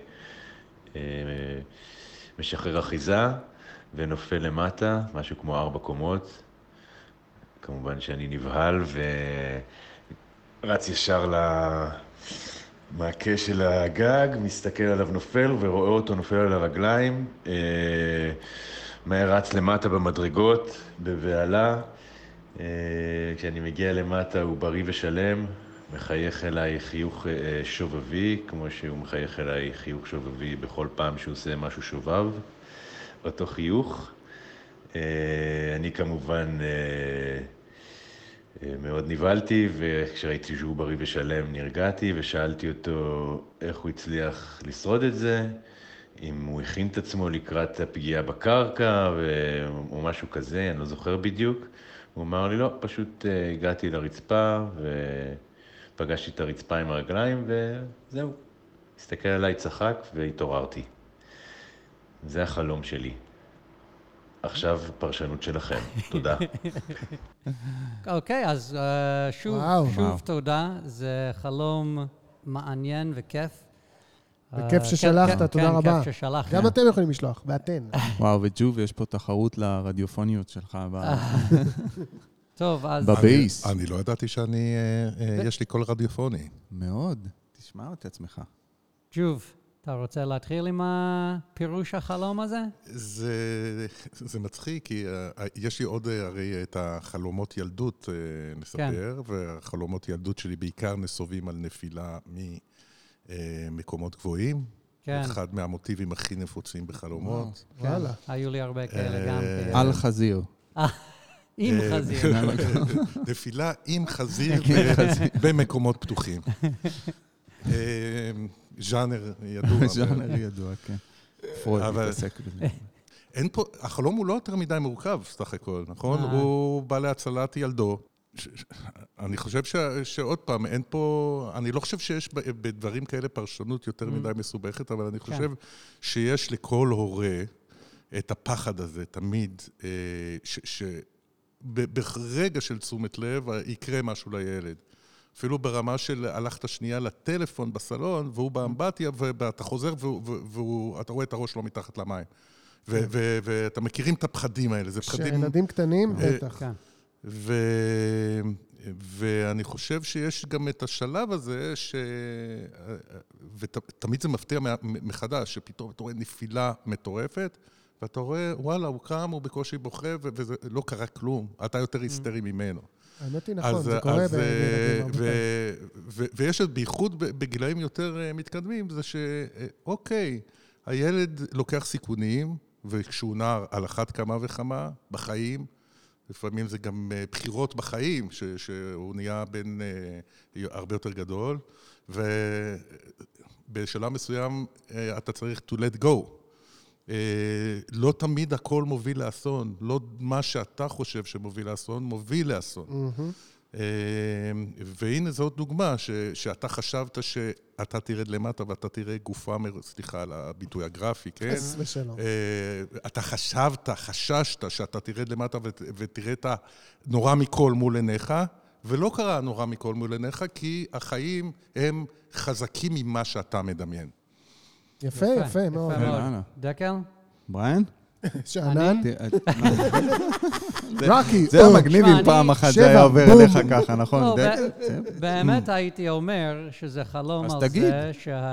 [SPEAKER 6] משחרר אחיזה, ונופל למטה, משהו כמו ארבע קומות. כמובן שאני נבהל ורץ ישר למעקה של הגג, מסתכל עליו נופל ורואה אותו נופל על הרגליים. מהר רץ למטה במדרגות, בבעלה. כשאני מגיע למטה הוא בריא ושלם, מחייך אליי חיוך שובבי, כמו שהוא מחייך אליי חיוך שובבי בכל פעם שהוא עושה משהו שובב, אותו חיוך. אני כמובן מאוד נבהלתי, וכשראיתי שהוא בריא ושלם נרגעתי, ושאלתי אותו איך הוא הצליח לשרוד את זה, אם הוא הכין את עצמו לקראת הפגיעה בקרקע או משהו כזה, אני לא זוכר בדיוק. הוא אמר לי, לא, פשוט הגעתי לרצפה ופגשתי את הרצפה עם הרגליים וזהו. הסתכל עליי, צחק והתעוררתי. זה החלום שלי. עכשיו פרשנות שלכם. תודה.
[SPEAKER 2] אוקיי, אז שוב, שוב תודה. זה חלום מעניין וכיף.
[SPEAKER 1] בכיף ששלחת, תודה רבה.
[SPEAKER 2] כן, כיף ששלחת.
[SPEAKER 1] גם אתם יכולים לשלוח, ואתן.
[SPEAKER 3] וואו, וג'וב, יש פה תחרות לרדיופוניות שלך
[SPEAKER 2] טוב, אז...
[SPEAKER 3] בבייס.
[SPEAKER 5] אני לא ידעתי שאני, יש לי קול רדיופוני.
[SPEAKER 3] מאוד. תשמע את עצמך.
[SPEAKER 2] ג'וב, אתה רוצה להתחיל עם הפירוש החלום הזה?
[SPEAKER 5] זה, זה מצחיק, כי יש לי עוד הרי את החלומות ילדות נספר, והחלומות ילדות שלי בעיקר נסובים על נפילה ממקומות גבוהים. כן. אחד מהמוטיבים הכי נפוצים בחלומות.
[SPEAKER 1] וואלה.
[SPEAKER 2] היו לי הרבה כאלה גם.
[SPEAKER 3] על חזיר.
[SPEAKER 2] עם חזיר.
[SPEAKER 5] נפילה עם חזיר במקומות פתוחים. ז'אנר ידוע.
[SPEAKER 3] ז'אנר ידוע, כן. פרויד מתעסק בזה.
[SPEAKER 5] אין פה, החלום הוא לא יותר מדי מורכב, סך הכל, נכון? הוא בא להצלת ילדו. אני חושב שעוד פעם, אין פה, אני לא חושב שיש בדברים כאלה פרשנות יותר מדי מסובכת, אבל אני חושב שיש לכל הורה את הפחד הזה, תמיד, שברגע של תשומת לב יקרה משהו לילד. אפילו ברמה של הלכת שנייה לטלפון בסלון, והוא באמבטיה, ואתה חוזר, ואתה רואה את הראש שלו מתחת למים. ואתה מכירים את הפחדים האלה, זה פחדים...
[SPEAKER 1] כשילדים קטנים, בטח.
[SPEAKER 5] ואני חושב שיש גם את השלב הזה, ותמיד זה מפתיע מחדש, שפתאום אתה רואה נפילה מטורפת, ואתה רואה, וואלה, הוא קם, הוא בקושי בוכה, וזה לא קרה כלום. אתה יותר היסטרי ממנו.
[SPEAKER 1] האמת היא נכון, זה קורה בילדים.
[SPEAKER 5] ויש בייחוד בגילאים יותר מתקדמים, זה שאוקיי, הילד לוקח סיכונים, וכשהוא נער על אחת כמה וכמה בחיים, לפעמים זה גם בחירות בחיים, שהוא נהיה בין הרבה יותר גדול, ובשלב מסוים אתה צריך to let go. לא תמיד הכל מוביל לאסון, לא מה שאתה חושב שמוביל לאסון, מוביל לאסון. והנה זאת דוגמה, שאתה חשבת שאתה תרד למטה ואתה תראה גופה, סליחה על הביטוי הגרפי, כן?
[SPEAKER 1] חס ושלום.
[SPEAKER 5] אתה חשבת, חששת שאתה תרד למטה ותראה את הנורא מכל מול עיניך, ולא קרה נורא מכל מול עיניך, כי החיים הם חזקים ממה שאתה מדמיין.
[SPEAKER 1] יפה, יפה מאוד.
[SPEAKER 2] דקל?
[SPEAKER 3] בריין?
[SPEAKER 1] שאנן?
[SPEAKER 3] רוקי. זה המגניב אם פעם אחת זה היה עובר אליך ככה, נכון?
[SPEAKER 2] באמת הייתי אומר שזה חלום על זה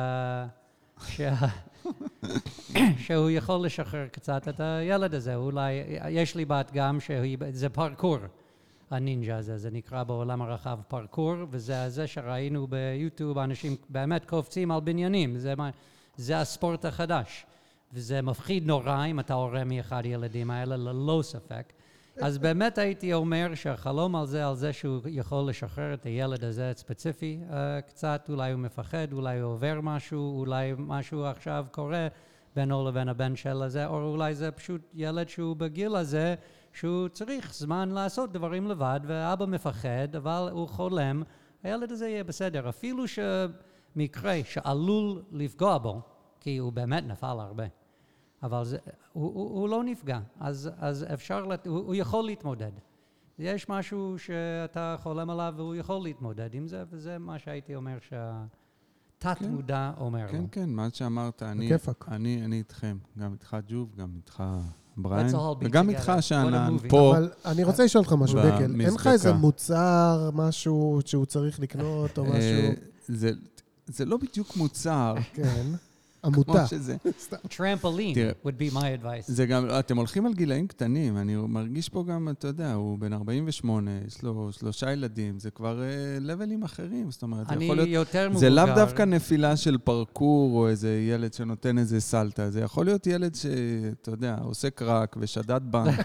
[SPEAKER 2] שהוא יכול לשחרר קצת את הילד הזה. אולי, יש לי בת גם שזה פרקור. הנינג'ה הזה, זה נקרא בעולם הרחב פרקור, וזה זה שראינו ביוטיוב, אנשים באמת קופצים על בניינים, זה, מה, זה הספורט החדש, וזה מפחיד נורא אם אתה הורה מאחד הילדים האלה, ללא ספק. אז באמת הייתי אומר שהחלום על זה, על זה שהוא יכול לשחרר את הילד הזה ספציפי uh, קצת, אולי הוא מפחד, אולי הוא עובר משהו, אולי משהו עכשיו קורה בינו לבין הבן של הזה, או אולי זה פשוט ילד שהוא בגיל הזה, שהוא צריך זמן לעשות דברים לבד, ואבא מפחד, אבל הוא חולם, הילד הזה יהיה בסדר. אפילו שמקרה שעלול לפגוע בו, כי הוא באמת נפל הרבה, אבל זה, הוא, הוא, הוא לא נפגע, אז, אז אפשר, לת... הוא, הוא יכול להתמודד. יש משהו שאתה חולם עליו והוא יכול להתמודד עם זה, וזה מה שהייתי אומר שהתת כן. מודע אומר
[SPEAKER 3] כן,
[SPEAKER 2] לו.
[SPEAKER 3] כן, מה שאמרת, אני, אני, אני איתכם, גם איתך ג'וב, גם איתך בריין, וגם איתך שאנן פה.
[SPEAKER 1] אבל אני רוצה לשאול אותך משהו, בקל. אין לך איזה מוצר, משהו שהוא צריך לקנות או משהו?
[SPEAKER 3] זה, זה לא בדיוק מוצר.
[SPEAKER 1] כן. עמותה.
[SPEAKER 2] Trampoline would be my advice.
[SPEAKER 3] זה גם, אתם הולכים על גילאים קטנים, אני מרגיש פה גם, אתה יודע, הוא בן ארבעים ושמונה, יש לו שלושה ילדים, זה כבר לבלים אחרים, זאת אומרת, זה יכול להיות, זה לאו דווקא נפילה של פרקור, או איזה ילד שנותן איזה סלטה, זה יכול להיות ילד שאתה יודע, עושה קרק ושדד בנק.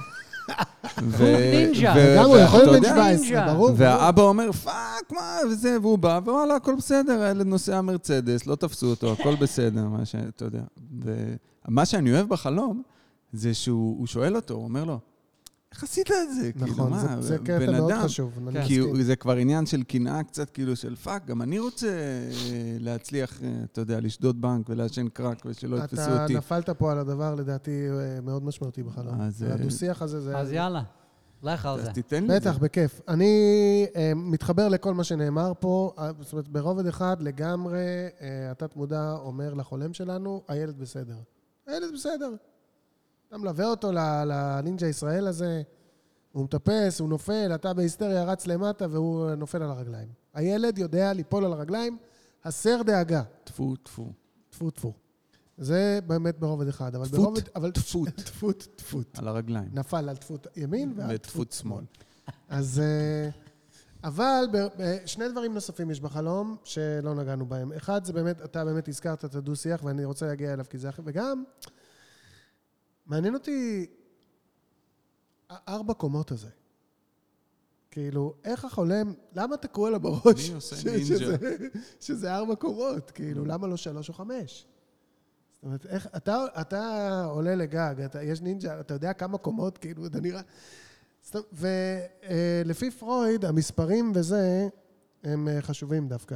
[SPEAKER 2] נינג'ה.
[SPEAKER 1] גם הוא יכול להיות בן שבע עשרה, ברור.
[SPEAKER 3] והאבא אומר, פאק, מה, וזה, והוא בא, ווואלה, הכל בסדר, הילד נוסע מרצדס, לא תפסו אותו, הכל בסדר, מה שאתה יודע. ומה שאני אוהב בחלום, זה שהוא שואל אותו, הוא אומר לו, איך עשית את זה?
[SPEAKER 1] נכון, זה קטע מאוד חשוב.
[SPEAKER 3] כי זה כבר עניין של קנאה קצת, כאילו של פאק, גם אני רוצה להצליח, אתה יודע, לשדוד בנק ולעשן קרק ושלא יתפסו אותי.
[SPEAKER 1] אתה נפלת פה על הדבר, לדעתי, מאוד משמשמעותי בחלום. הדו-שיח הזה זה...
[SPEAKER 2] אז יאללה, לך על זה.
[SPEAKER 3] אז תיתן לי את זה.
[SPEAKER 1] בטח, בכיף. אני מתחבר לכל מה שנאמר פה, זאת אומרת, ברובד אחד לגמרי, התת מודע אומר לחולם שלנו, הילד בסדר. הילד בסדר. אתה מלווה אותו לנינג'ה ישראל הזה, הוא מטפס, הוא נופל, אתה בהיסטריה רץ למטה והוא נופל על הרגליים. הילד יודע ליפול על הרגליים, הסר דאגה.
[SPEAKER 3] טפו, טפו.
[SPEAKER 1] טפו, טפו. זה באמת ברובד אחד.
[SPEAKER 3] טפות, טפות.
[SPEAKER 1] טפות, טפות.
[SPEAKER 3] על הרגליים.
[SPEAKER 1] נפל על טפות ימין ועל
[SPEAKER 3] טפות שמאל.
[SPEAKER 1] אז, אבל שני דברים נוספים יש בחלום שלא נגענו בהם. אחד זה באמת, אתה באמת הזכרת את הדו-שיח ואני רוצה להגיע אליו כי זה אחר, וגם מעניין אותי ארבע קומות הזה. כאילו, איך החולם, למה אתה קורא לה בראש שזה, שזה ארבע קומות? כאילו, למה לא שלוש או חמש? זאת אומרת, איך, אתה, אתה עולה לגג, אתה, יש נינג'ה, אתה יודע כמה קומות, כאילו, אתה נראה... ולפי פרויד, המספרים וזה, הם חשובים דווקא.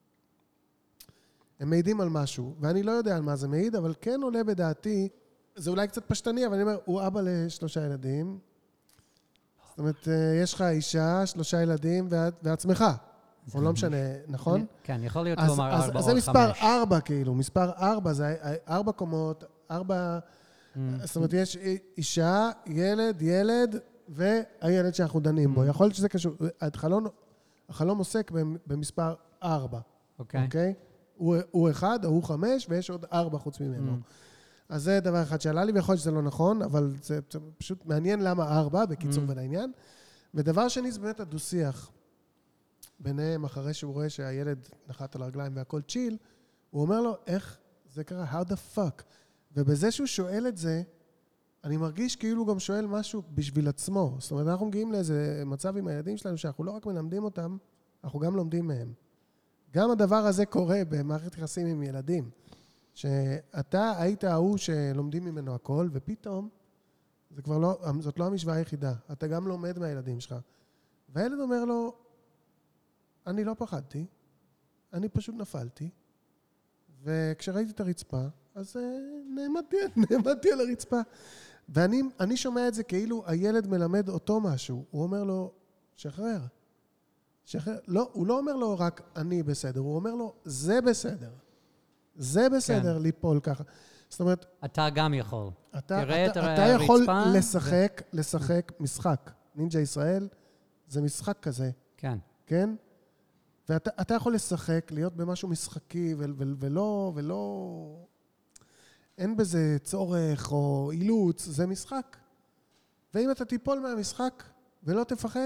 [SPEAKER 1] הם מעידים על משהו, ואני לא יודע על מה זה מעיד, אבל כן עולה בדעתי, זה אולי קצת פשטני, אבל אני אומר, הוא אבא לשלושה ילדים. זאת אומרת, יש לך אישה, שלושה ילדים ועצמך. או לא משנה, נכון?
[SPEAKER 2] כן, יכול להיות לומר ארבע או חמש.
[SPEAKER 1] אז זה מספר ארבע, כאילו. מספר ארבע, זה ארבע קומות, ארבע... זאת אומרת, יש אישה, ילד, ילד, והילד שאנחנו דנים בו. יכול להיות שזה קשור. החלום עוסק במספר ארבע. אוקיי? הוא אחד, או הוא חמש, ויש עוד ארבע חוץ ממנו. אז זה דבר אחד שעלה לי, ויכול להיות שזה לא נכון, אבל זה פשוט מעניין למה ארבע, בקיצור בין העניין. ודבר שני, זה באמת הדו-שיח. ביניהם, אחרי שהוא רואה שהילד נחת על הרגליים והכל צ'יל, הוא אומר לו, איך זה קרה? How the fuck? ובזה שהוא שואל את זה, אני מרגיש כאילו הוא גם שואל משהו בשביל עצמו. זאת אומרת, אנחנו מגיעים לאיזה מצב עם הילדים שלנו, שאנחנו לא רק מלמדים אותם, אנחנו גם לומדים מהם. גם הדבר הזה קורה במערכת יחסים עם ילדים. שאתה היית ההוא שלומדים ממנו הכל, ופתאום, זה כבר לא, זאת לא המשוואה היחידה. אתה גם לומד מהילדים שלך. והילד אומר לו, אני לא פחדתי, אני פשוט נפלתי, וכשראיתי את הרצפה, אז נעמדתי, נעמדתי על הרצפה. ואני אני שומע את זה כאילו הילד מלמד אותו משהו. הוא אומר לו, שחרר. שחרר. לא, הוא לא אומר לו רק אני בסדר, הוא אומר לו, זה בסדר. זה בסדר ליפול ככה. זאת אומרת...
[SPEAKER 2] אתה גם יכול.
[SPEAKER 1] אתה, אתה, אתה יכול לשחק, לשחק משחק. נינג'ה ישראל זה משחק כזה.
[SPEAKER 2] כן.
[SPEAKER 1] כן? ואתה אתה יכול לשחק, להיות במשהו משחקי, ו- ו- ולא, ולא... אין בזה צורך או אילוץ, זה משחק. ואם אתה תיפול מהמשחק ולא תפחד,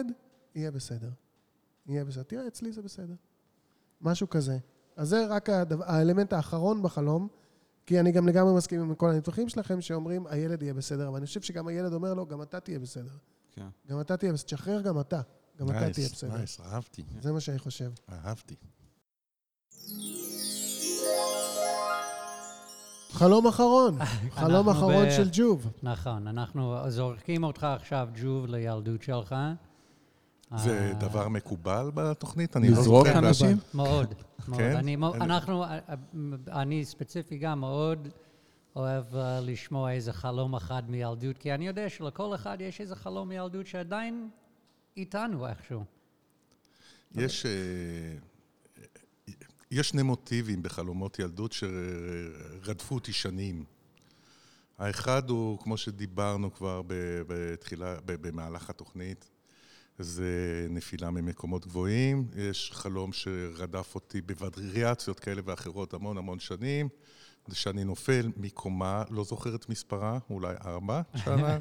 [SPEAKER 1] יהיה בסדר. יהיה בסדר. תראה, אצלי זה בסדר. משהו כזה. אז זה רק הדבר, האלמנט האחרון בחלום, כי אני גם לגמרי מסכים עם כל הניתוחים שלכם שאומרים, הילד יהיה בסדר, אבל אני חושב שגם הילד אומר לו, גם אתה תהיה בסדר.
[SPEAKER 3] כן.
[SPEAKER 1] גם אתה תהיה בסדר. תשחרר גם אתה. גם אתה תהיה בסדר.
[SPEAKER 5] נייס, אהבתי.
[SPEAKER 1] זה מה שאני חושב.
[SPEAKER 5] אהבתי.
[SPEAKER 1] חלום אחרון. חלום
[SPEAKER 2] אנחנו
[SPEAKER 1] אחרון
[SPEAKER 2] ב-
[SPEAKER 1] של ג'וב.
[SPEAKER 2] נכון, אנחנו זורקים אותך עכשיו, ג'וב, לילדות שלך.
[SPEAKER 5] זה
[SPEAKER 2] אה,
[SPEAKER 5] דבר מקובל בתוכנית? אני לא
[SPEAKER 3] לזרוק
[SPEAKER 5] זוכר.
[SPEAKER 3] אנשים?
[SPEAKER 2] מאוד, מאוד.
[SPEAKER 5] כן?
[SPEAKER 2] אני, מו-
[SPEAKER 5] אני-
[SPEAKER 2] אנחנו, אני ספציפי גם מאוד אוהב אה, לשמוע איזה חלום אחד מילדות, כי אני יודע שלכל אחד יש איזה חלום מילדות שעדיין איתנו איכשהו.
[SPEAKER 5] יש, אה, יש שני מוטיבים בחלומות ילדות שרדפו אותי שנים. האחד הוא, כמו שדיברנו כבר ב- בתחילה, ב- במהלך התוכנית, זה נפילה ממקומות גבוהים. יש חלום שרדף אותי בווריאציות כאלה ואחרות המון המון שנים, זה שאני נופל מקומה, לא זוכר את מספרה, אולי ארבע שנה.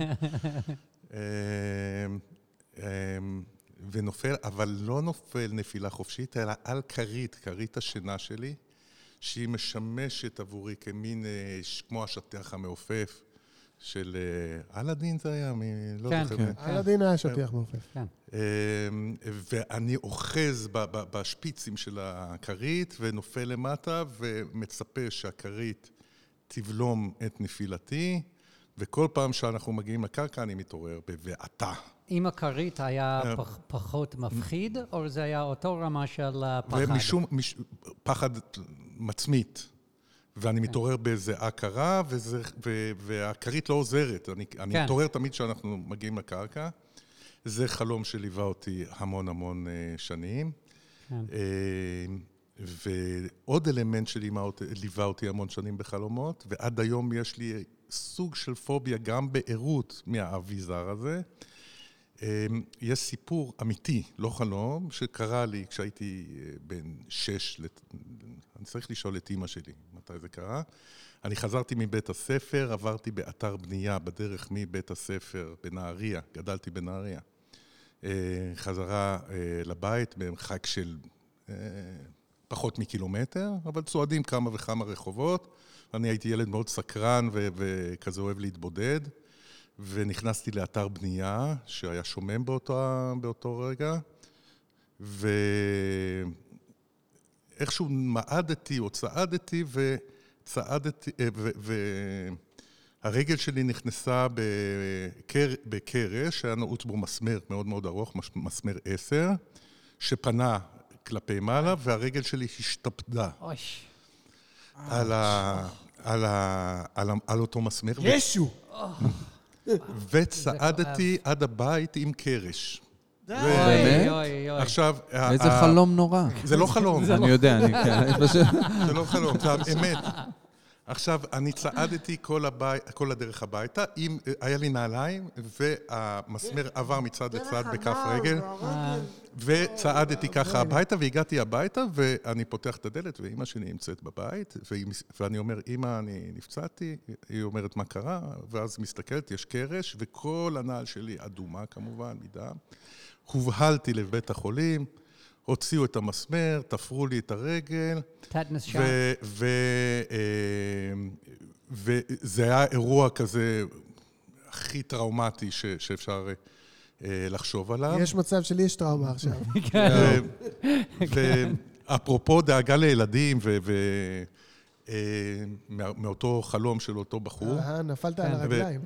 [SPEAKER 5] אמ, אמ, ונופל, אבל לא נופל נפילה חופשית, אלא על כרית, כרית השינה שלי, שהיא משמשת עבורי כמין, אה, ש- כמו השטיח המעופף של אה, אלאדין זה היה, מ- לא
[SPEAKER 2] כן,
[SPEAKER 5] זוכר.
[SPEAKER 2] כן.
[SPEAKER 5] מה.
[SPEAKER 1] על הדין היה שטיח מעופף.
[SPEAKER 2] כן.
[SPEAKER 5] אמ, ואני אוחז ב- ב- בשפיצים של הכרית ונופל למטה ומצפה שהכרית תבלום את נפילתי, וכל פעם שאנחנו מגיעים לקרקע אני מתעורר בבעתה.
[SPEAKER 2] אם הכרית היה פח, פחות מפחיד, או זה היה אותו רמה של אה, פחד?
[SPEAKER 5] ומשום מש, פחד מצמית, ואני מתעורר בזיעה קרה, וזה, ו, והכרית לא עוזרת. אני, אני
[SPEAKER 2] כן.
[SPEAKER 5] מתעורר תמיד כשאנחנו מגיעים לקרקע. זה חלום שליווה אותי המון המון אה, שנים.
[SPEAKER 2] כן.
[SPEAKER 5] אה, ועוד אלמנט שליווה אותי המון שנים בחלומות, ועד היום יש לי סוג של פוביה גם בעירות מהאביזר הזה. יש סיפור אמיתי, לא חלום, שקרה לי כשהייתי בן שש, אני צריך לשאול את אמא שלי מתי זה קרה. אני חזרתי מבית הספר, עברתי באתר בנייה בדרך מבית הספר בנהריה, גדלתי בנהריה. חזרה לבית במרחק של פחות מקילומטר, אבל צועדים כמה וכמה רחובות. אני הייתי ילד מאוד סקרן ו- וכזה אוהב להתבודד, ונכנסתי לאתר בנייה שהיה שומם באותו, באותו רגע, ואיכשהו מעדתי או צעדתי וצעדתי, והרגל שלי נכנסה בקר, בקרש, שהיה נעוץ בו מסמר מאוד מאוד ארוך, מסמר עשר, שפנה כלפי מעלה, והרגל שלי השתפדה.
[SPEAKER 2] אוי.
[SPEAKER 5] על, ה, על, ה, על, ה, על אותו מסמר.
[SPEAKER 1] ישו!
[SPEAKER 5] וצעדתי עד הבית עם קרש.
[SPEAKER 3] באמת?
[SPEAKER 2] אוי, אוי.
[SPEAKER 5] עכשיו...
[SPEAKER 3] איזה
[SPEAKER 5] ה-
[SPEAKER 3] חלום נורא.
[SPEAKER 5] זה לא חלום,
[SPEAKER 3] אני יודע, אני כן. פשוט-
[SPEAKER 5] זה לא חלום, זה אמת. עכשיו, אני צעדתי כל, הבית, כל הדרך הביתה, עם, היה לי נעליים, והמסמר עבר מצד לצד בכף רגל, וצעדתי ככה הביתה, והגעתי הביתה, ואני פותח את הדלת, ואמא שלי נמצאת בבית, ואני אומר, אמא, אני נפצעתי, היא אומרת, מה קרה? ואז מסתכלת, יש קרש, וכל הנעל שלי אדומה, כמובן, מדם. הובהלתי לבית החולים, הוציאו את המסמר, תפרו לי את הרגל.
[SPEAKER 2] טטנס שם.
[SPEAKER 5] ו- ו- אה, וזה היה אירוע כזה הכי טראומטי ש- שאפשר אה, לחשוב עליו.
[SPEAKER 1] יש מצב שלי יש טראומה עכשיו.
[SPEAKER 5] ו- ואפרופו דאגה לילדים, ו- ו- אה, מה- מאותו חלום של אותו בחור,
[SPEAKER 1] אה, נפלת על הרגליים.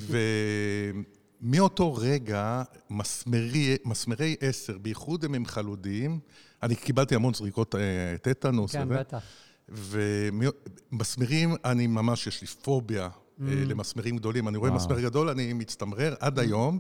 [SPEAKER 5] ומאותו רגע, מסמרי, מסמרי עשר, בייחוד הם הם חלודיים, אני קיבלתי המון זריקות אה, טטנוס.
[SPEAKER 2] כן,
[SPEAKER 5] וזה.
[SPEAKER 2] בטח.
[SPEAKER 5] ומסמרים, אני ממש, יש לי פוביה mm. למסמרים גדולים. אני רואה
[SPEAKER 3] וואו.
[SPEAKER 5] מסמר גדול, אני מצטמרר עד mm. היום,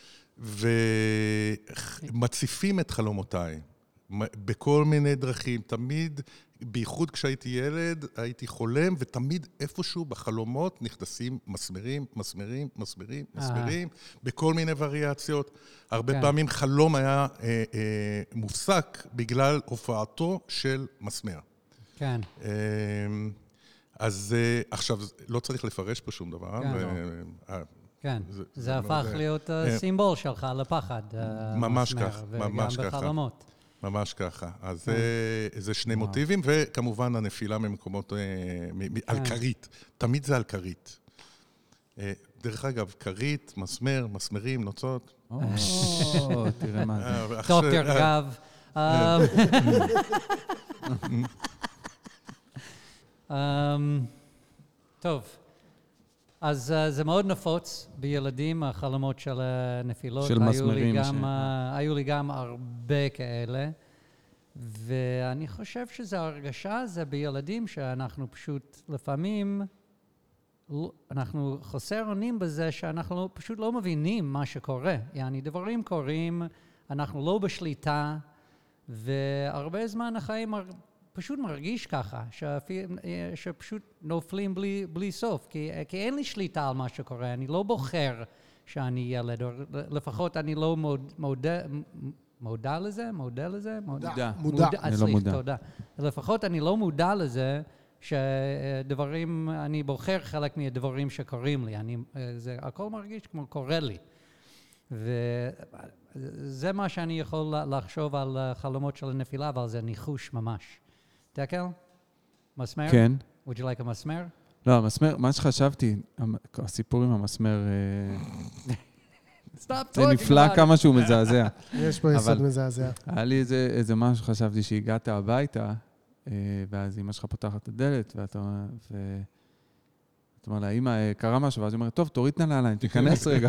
[SPEAKER 5] ומציפים את חלומותיי. בכל מיני דרכים, תמיד, בייחוד כשהייתי ילד, הייתי חולם, ותמיד איפשהו בחלומות נכנסים מסמרים, מסמרים, מסמרים, מסמרים, בכל מיני וריאציות. הרבה
[SPEAKER 2] כן.
[SPEAKER 5] פעמים חלום היה אה, אה, מופסק בגלל הופעתו של מסמר.
[SPEAKER 2] כן.
[SPEAKER 5] אז עכשיו, לא צריך לפרש פה שום דבר.
[SPEAKER 2] כן.
[SPEAKER 5] ו-
[SPEAKER 2] כן,
[SPEAKER 5] זה-
[SPEAKER 2] זה
[SPEAKER 5] זה
[SPEAKER 2] הפך
[SPEAKER 5] מאוד,
[SPEAKER 2] להיות
[SPEAKER 5] אה,
[SPEAKER 2] הסימבול שלך לפחד. אה,
[SPEAKER 5] ממש
[SPEAKER 2] מסמר,
[SPEAKER 5] כך, ממש
[SPEAKER 2] וגם
[SPEAKER 5] ככה.
[SPEAKER 2] בחלומות.
[SPEAKER 5] ממש ככה. אז
[SPEAKER 2] כן.
[SPEAKER 5] זה- זה שני מוטיבים, וכמובן הנפילה ממקומות אה, מ- מ- על
[SPEAKER 2] כן.
[SPEAKER 5] כרית. תמיד זה על כרית. אה, דרך אגב, כרית, מסמר, מסמרים, נוצות.
[SPEAKER 3] או, תראה מה זה.
[SPEAKER 5] אה, ועכשיו-
[SPEAKER 2] דוקטור
[SPEAKER 5] אה,
[SPEAKER 2] גב. אה, אמ, טוב, אז uh, זה מאוד נפוץ בילדים, החלומות של הנפילות.
[SPEAKER 3] של
[SPEAKER 2] היו לי
[SPEAKER 3] מסמרים
[SPEAKER 2] גם,
[SPEAKER 3] ש-
[SPEAKER 2] uh, היו לי גם הרבה כאלה, ואני חושב שזו הרגשה, זה בילדים שאנחנו פשוט לפעמים, לא- אנחנו חוסר אונים בזה שאנחנו לא, פשוט לא מבינים מה שקורה. יעני, דברים קורים, אנחנו לא בשליטה, והרבה זמן החיים מר- פשוט מרגיש ככה, שאפי- שפשוט נופלים בלי, בלי סוף, כי, כי אין לי שליטה על מה שקורה, אני לא בוחר שאני ילד, או לפחות אני לא מוד, מודע, מודע לזה? מודע לזה?
[SPEAKER 3] מודע.
[SPEAKER 1] מודע.
[SPEAKER 3] אני לא
[SPEAKER 2] סליחה,
[SPEAKER 3] מודע.
[SPEAKER 2] תודה. לפחות אני לא מודע לזה שדברים, אני בוחר חלק מהדברים שקורים לי, אני, זה הכל מרגיש כמו קורה לי. וזה מה שאני יכול לחשוב על חלומות של הנפילה, אבל זה ניחוש ממש. דקל? מסמר?
[SPEAKER 3] כן.
[SPEAKER 2] Would you like a מסמר?
[SPEAKER 3] לא, המסמר, מה שחשבתי, המ- הסיפור עם המסמר, אה,
[SPEAKER 2] Stop
[SPEAKER 3] זה
[SPEAKER 2] talking
[SPEAKER 3] נפלא
[SPEAKER 2] about it.
[SPEAKER 3] כמה שהוא מזעזע.
[SPEAKER 1] יש פה יסוד
[SPEAKER 3] אבל-
[SPEAKER 1] מזעזע.
[SPEAKER 3] היה לי איזה, איזה משהו שחשבתי שהגעת הביתה, אה, ואז אמא שלך פותחת את הדלת, ואתה ו... אתה אומר לה, אמא, אה, קרה משהו, ואז היא אומרת, טוב, תוריד את הנעליים, תיכנס רגע.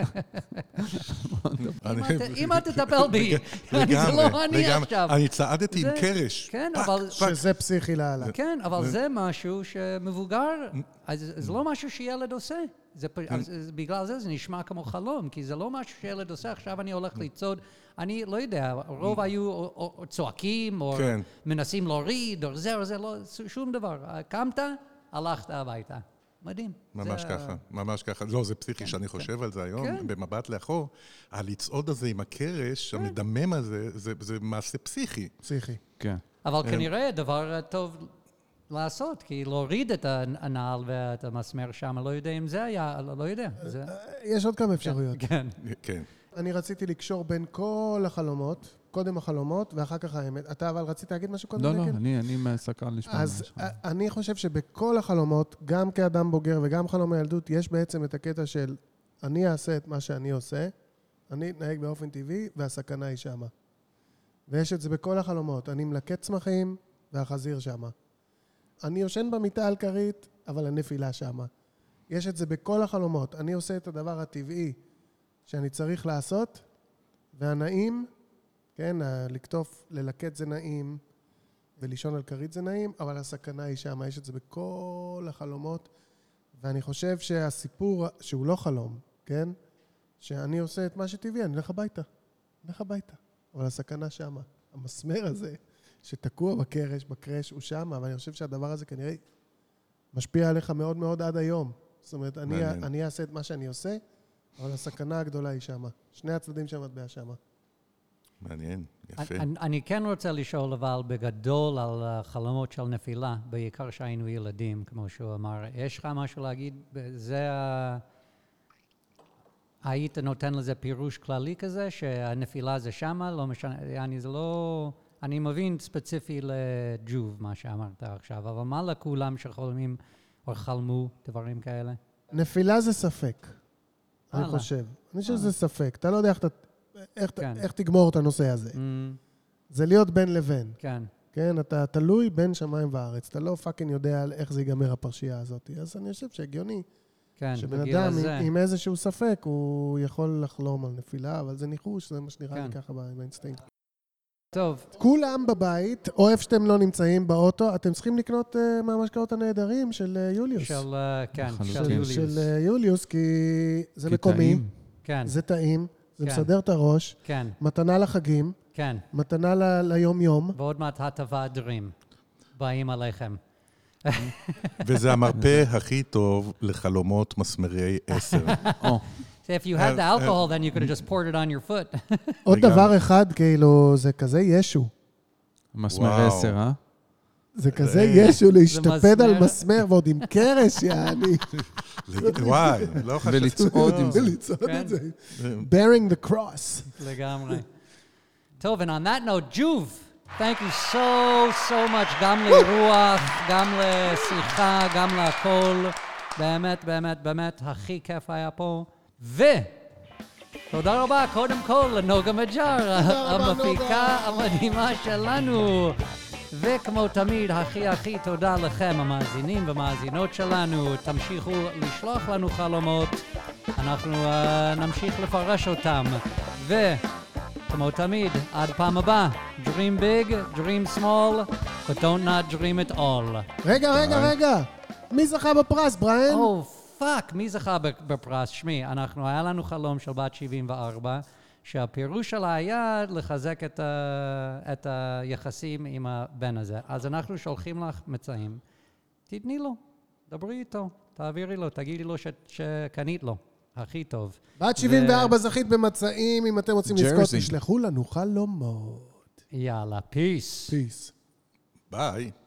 [SPEAKER 5] אני-
[SPEAKER 2] אמא ת- אמא תטפל בי, זה
[SPEAKER 5] לגמרי,
[SPEAKER 2] לא אני
[SPEAKER 5] לגמרי.
[SPEAKER 2] עכשיו.
[SPEAKER 5] אני צעדתי עם
[SPEAKER 2] זה-
[SPEAKER 5] קרש.
[SPEAKER 2] כן,
[SPEAKER 5] פאק,
[SPEAKER 2] אבל...
[SPEAKER 5] פאק.
[SPEAKER 1] שזה פסיכי לאללה.
[SPEAKER 2] כן, אבל זה משהו שמבוגר, אז זה לא משהו שילד עושה. זה פ- אז- אז בגלל זה זה נשמע כמו חלום, כי זה לא משהו שילד עושה, עכשיו אני הולך לצעוד, אני לא יודע, רוב היו או- או- או צועקים, או
[SPEAKER 5] כן.
[SPEAKER 2] מנסים להוריד, או זה או זה, לא, שום דבר. קמת, הלכת הביתה. מדהים.
[SPEAKER 5] ממש
[SPEAKER 2] זה-
[SPEAKER 5] ככה, ממש ככה. לא, זה פסיכי שאני חושב על זה היום,
[SPEAKER 2] כן.
[SPEAKER 5] במבט לאחור. הלצעוד הזה עם הקרש, המדמם הזה, זה- זה מעשה פסיכי.
[SPEAKER 1] פסיכי.
[SPEAKER 3] כן.
[SPEAKER 2] אבל כנראה דבר טוב לעשות, כי להוריד את הנעל ואת המסמר שם, לא יודע אם זה היה, לא לא יודע. זה-
[SPEAKER 1] יש עוד כמה אפשרויות.
[SPEAKER 2] כן.
[SPEAKER 5] כן.
[SPEAKER 1] אני רציתי לקשור בין כל החלומות, קודם החלומות ואחר כך האמת. אתה אבל רצית להגיד משהו קודם?
[SPEAKER 3] לא, לא,
[SPEAKER 1] דקל?
[SPEAKER 3] אני אני סקרן לשמוע מה
[SPEAKER 1] אז
[SPEAKER 3] יש לך.
[SPEAKER 1] א- אני חושב שבכל החלומות, גם כאדם בוגר וגם חלום הילדות, יש בעצם את הקטע של אני אעשה את מה שאני עושה, אני אתנהג באופן טבעי והסכנה היא שמה. ויש את זה בכל החלומות. אני מלקט צמחים והחזיר שמה. אני יושן במיטה על כרית, אבל הנפילה שמה. יש את זה בכל החלומות. אני עושה את הדבר הטבעי שאני צריך לעשות, והנעים, כן, ה- לקטוף, ללקט זה נעים, ולישון על כרית זה נעים, אבל הסכנה היא שם, יש את זה בכל החלומות, ואני חושב שהסיפור, שהוא לא חלום, כן, שאני עושה את מה שטבעי, אני אלך הביתה, אני אלך הביתה, אבל הסכנה שמה. המסמר הזה, שתקוע בקרש, בקרש, הוא שמה, ואני חושב שהדבר הזה כנראה משפיע עליך מאוד מאוד עד היום. זאת אומרת, אני,
[SPEAKER 5] מעניין.
[SPEAKER 1] אני אעשה את מה שאני עושה, אבל הסכנה הגדולה היא שמה. שני הצדדים של המטבע שמה.
[SPEAKER 5] מעניין, יפה.
[SPEAKER 2] אני, אני כן רוצה לשאול אבל בגדול על החלומות של נפילה, בעיקר שהיינו ילדים, כמו שהוא אמר. יש לך משהו להגיד? זה ה... היית נותן לזה פירוש כללי כזה, שהנפילה זה שמה, לא משנה, אני זה לא... אני מבין ספציפי לג'וב, מה שאמרת עכשיו, אבל מה לכולם שחולמים או חלמו דברים כאלה?
[SPEAKER 1] נפילה זה ספק, אני
[SPEAKER 2] הלאה.
[SPEAKER 1] חושב. אני חושב שזה ספק. אתה לא יודע איך, אתה, איך,
[SPEAKER 2] כן.
[SPEAKER 1] איך תגמור את הנושא הזה.
[SPEAKER 2] Mm,
[SPEAKER 1] זה להיות בין לבין.
[SPEAKER 2] כן,
[SPEAKER 1] כן, אתה תלוי בין שמיים וארץ. אתה לא פאקינג יודע על איך זה ייגמר הפרשייה הזאת. אז אני חושב שהגיוני
[SPEAKER 2] כן,
[SPEAKER 1] שבן
[SPEAKER 2] בגיל
[SPEAKER 1] אדם
[SPEAKER 2] הזה.
[SPEAKER 1] עם, עם איזשהו ספק, הוא יכול לחלום על נפילה, אבל זה ניחוש, זה מה שנראה
[SPEAKER 2] כן.
[SPEAKER 1] לי ככה באינסטינקט.
[SPEAKER 2] טוב,
[SPEAKER 1] כולם בבית, או איפה שאתם לא נמצאים באוטו, אתם צריכים לקנות uh, מהמשקאות הנהדרים של uh, יוליוס.
[SPEAKER 2] של, אה, כן, של
[SPEAKER 3] לחלוטין.
[SPEAKER 2] יוליוס.
[SPEAKER 1] של uh, יוליוס, כי זה
[SPEAKER 3] כי
[SPEAKER 1] מקומי,
[SPEAKER 3] טעים.
[SPEAKER 2] כן,
[SPEAKER 1] זה טעים, זה
[SPEAKER 2] כן.
[SPEAKER 1] מסדר את הראש,
[SPEAKER 2] כן,
[SPEAKER 1] מתנה לחגים,
[SPEAKER 2] כן.
[SPEAKER 1] מתנה ל- ליום-יום.
[SPEAKER 2] ועוד מעט הטבה אדרים באים עליכם.
[SPEAKER 5] וזה המרפא הכי טוב לחלומות מסמרי עשר.
[SPEAKER 3] או,
[SPEAKER 2] So if you had the alcohol, then you could have just poured it on your foot.
[SPEAKER 1] עוד
[SPEAKER 5] לגמרי.
[SPEAKER 1] דבר אחד, כאילו, זה כזה ישו.
[SPEAKER 3] מסמר
[SPEAKER 5] וואו.
[SPEAKER 3] עשר, אה?
[SPEAKER 1] זה כזה ישו להשתפד על
[SPEAKER 2] מסמר.
[SPEAKER 1] מסמר ועוד עם קרש, יעני.
[SPEAKER 5] וואי, לא חשבתי.
[SPEAKER 3] ולצעוד עם זה.
[SPEAKER 1] ולצעוד
[SPEAKER 2] כן.
[SPEAKER 1] את זה. Bearing the cross.
[SPEAKER 2] לגמרי. טוב, and on that note, Juve, thank you so, so much, גם לאירוח, גם לשיחה, גם להכל. באמת, באמת, באמת, הכי כיף היה פה. ו... תודה רבה, קודם כל, לנוגה מג'אר, המפיקה המדהימה שלנו. וכמו תמיד, הכי הכי תודה לכם, המאזינים ומאזינות שלנו. תמשיכו לשלוח לנו חלומות, אנחנו uh, נמשיך לפרש אותם. וכמו תמיד, עד פעם הבאה, dream big, dream small, but don't not dream it all.
[SPEAKER 1] רגע, רגע, רגע. מי זכה בפרס, בריין?
[SPEAKER 2] או, פאק, מי זכה בפרס? שמי, אנחנו, היה לנו חלום של בת שבעים וארבע, שהפירוש שלה היה לחזק את, ה, את היחסים עם הבן הזה. אז אנחנו שולחים לך מצעים, תתני לו, דברי איתו, תעבירי לו, תגידי לו ש, שקנית לו, הכי טוב.
[SPEAKER 1] בת שבעים וארבע זכית במצעים, אם אתם רוצים לזכות,
[SPEAKER 3] ג'רזי.
[SPEAKER 1] תשלחו לנו חלומות.
[SPEAKER 2] יאללה, פיס.
[SPEAKER 1] פיס.
[SPEAKER 5] ביי.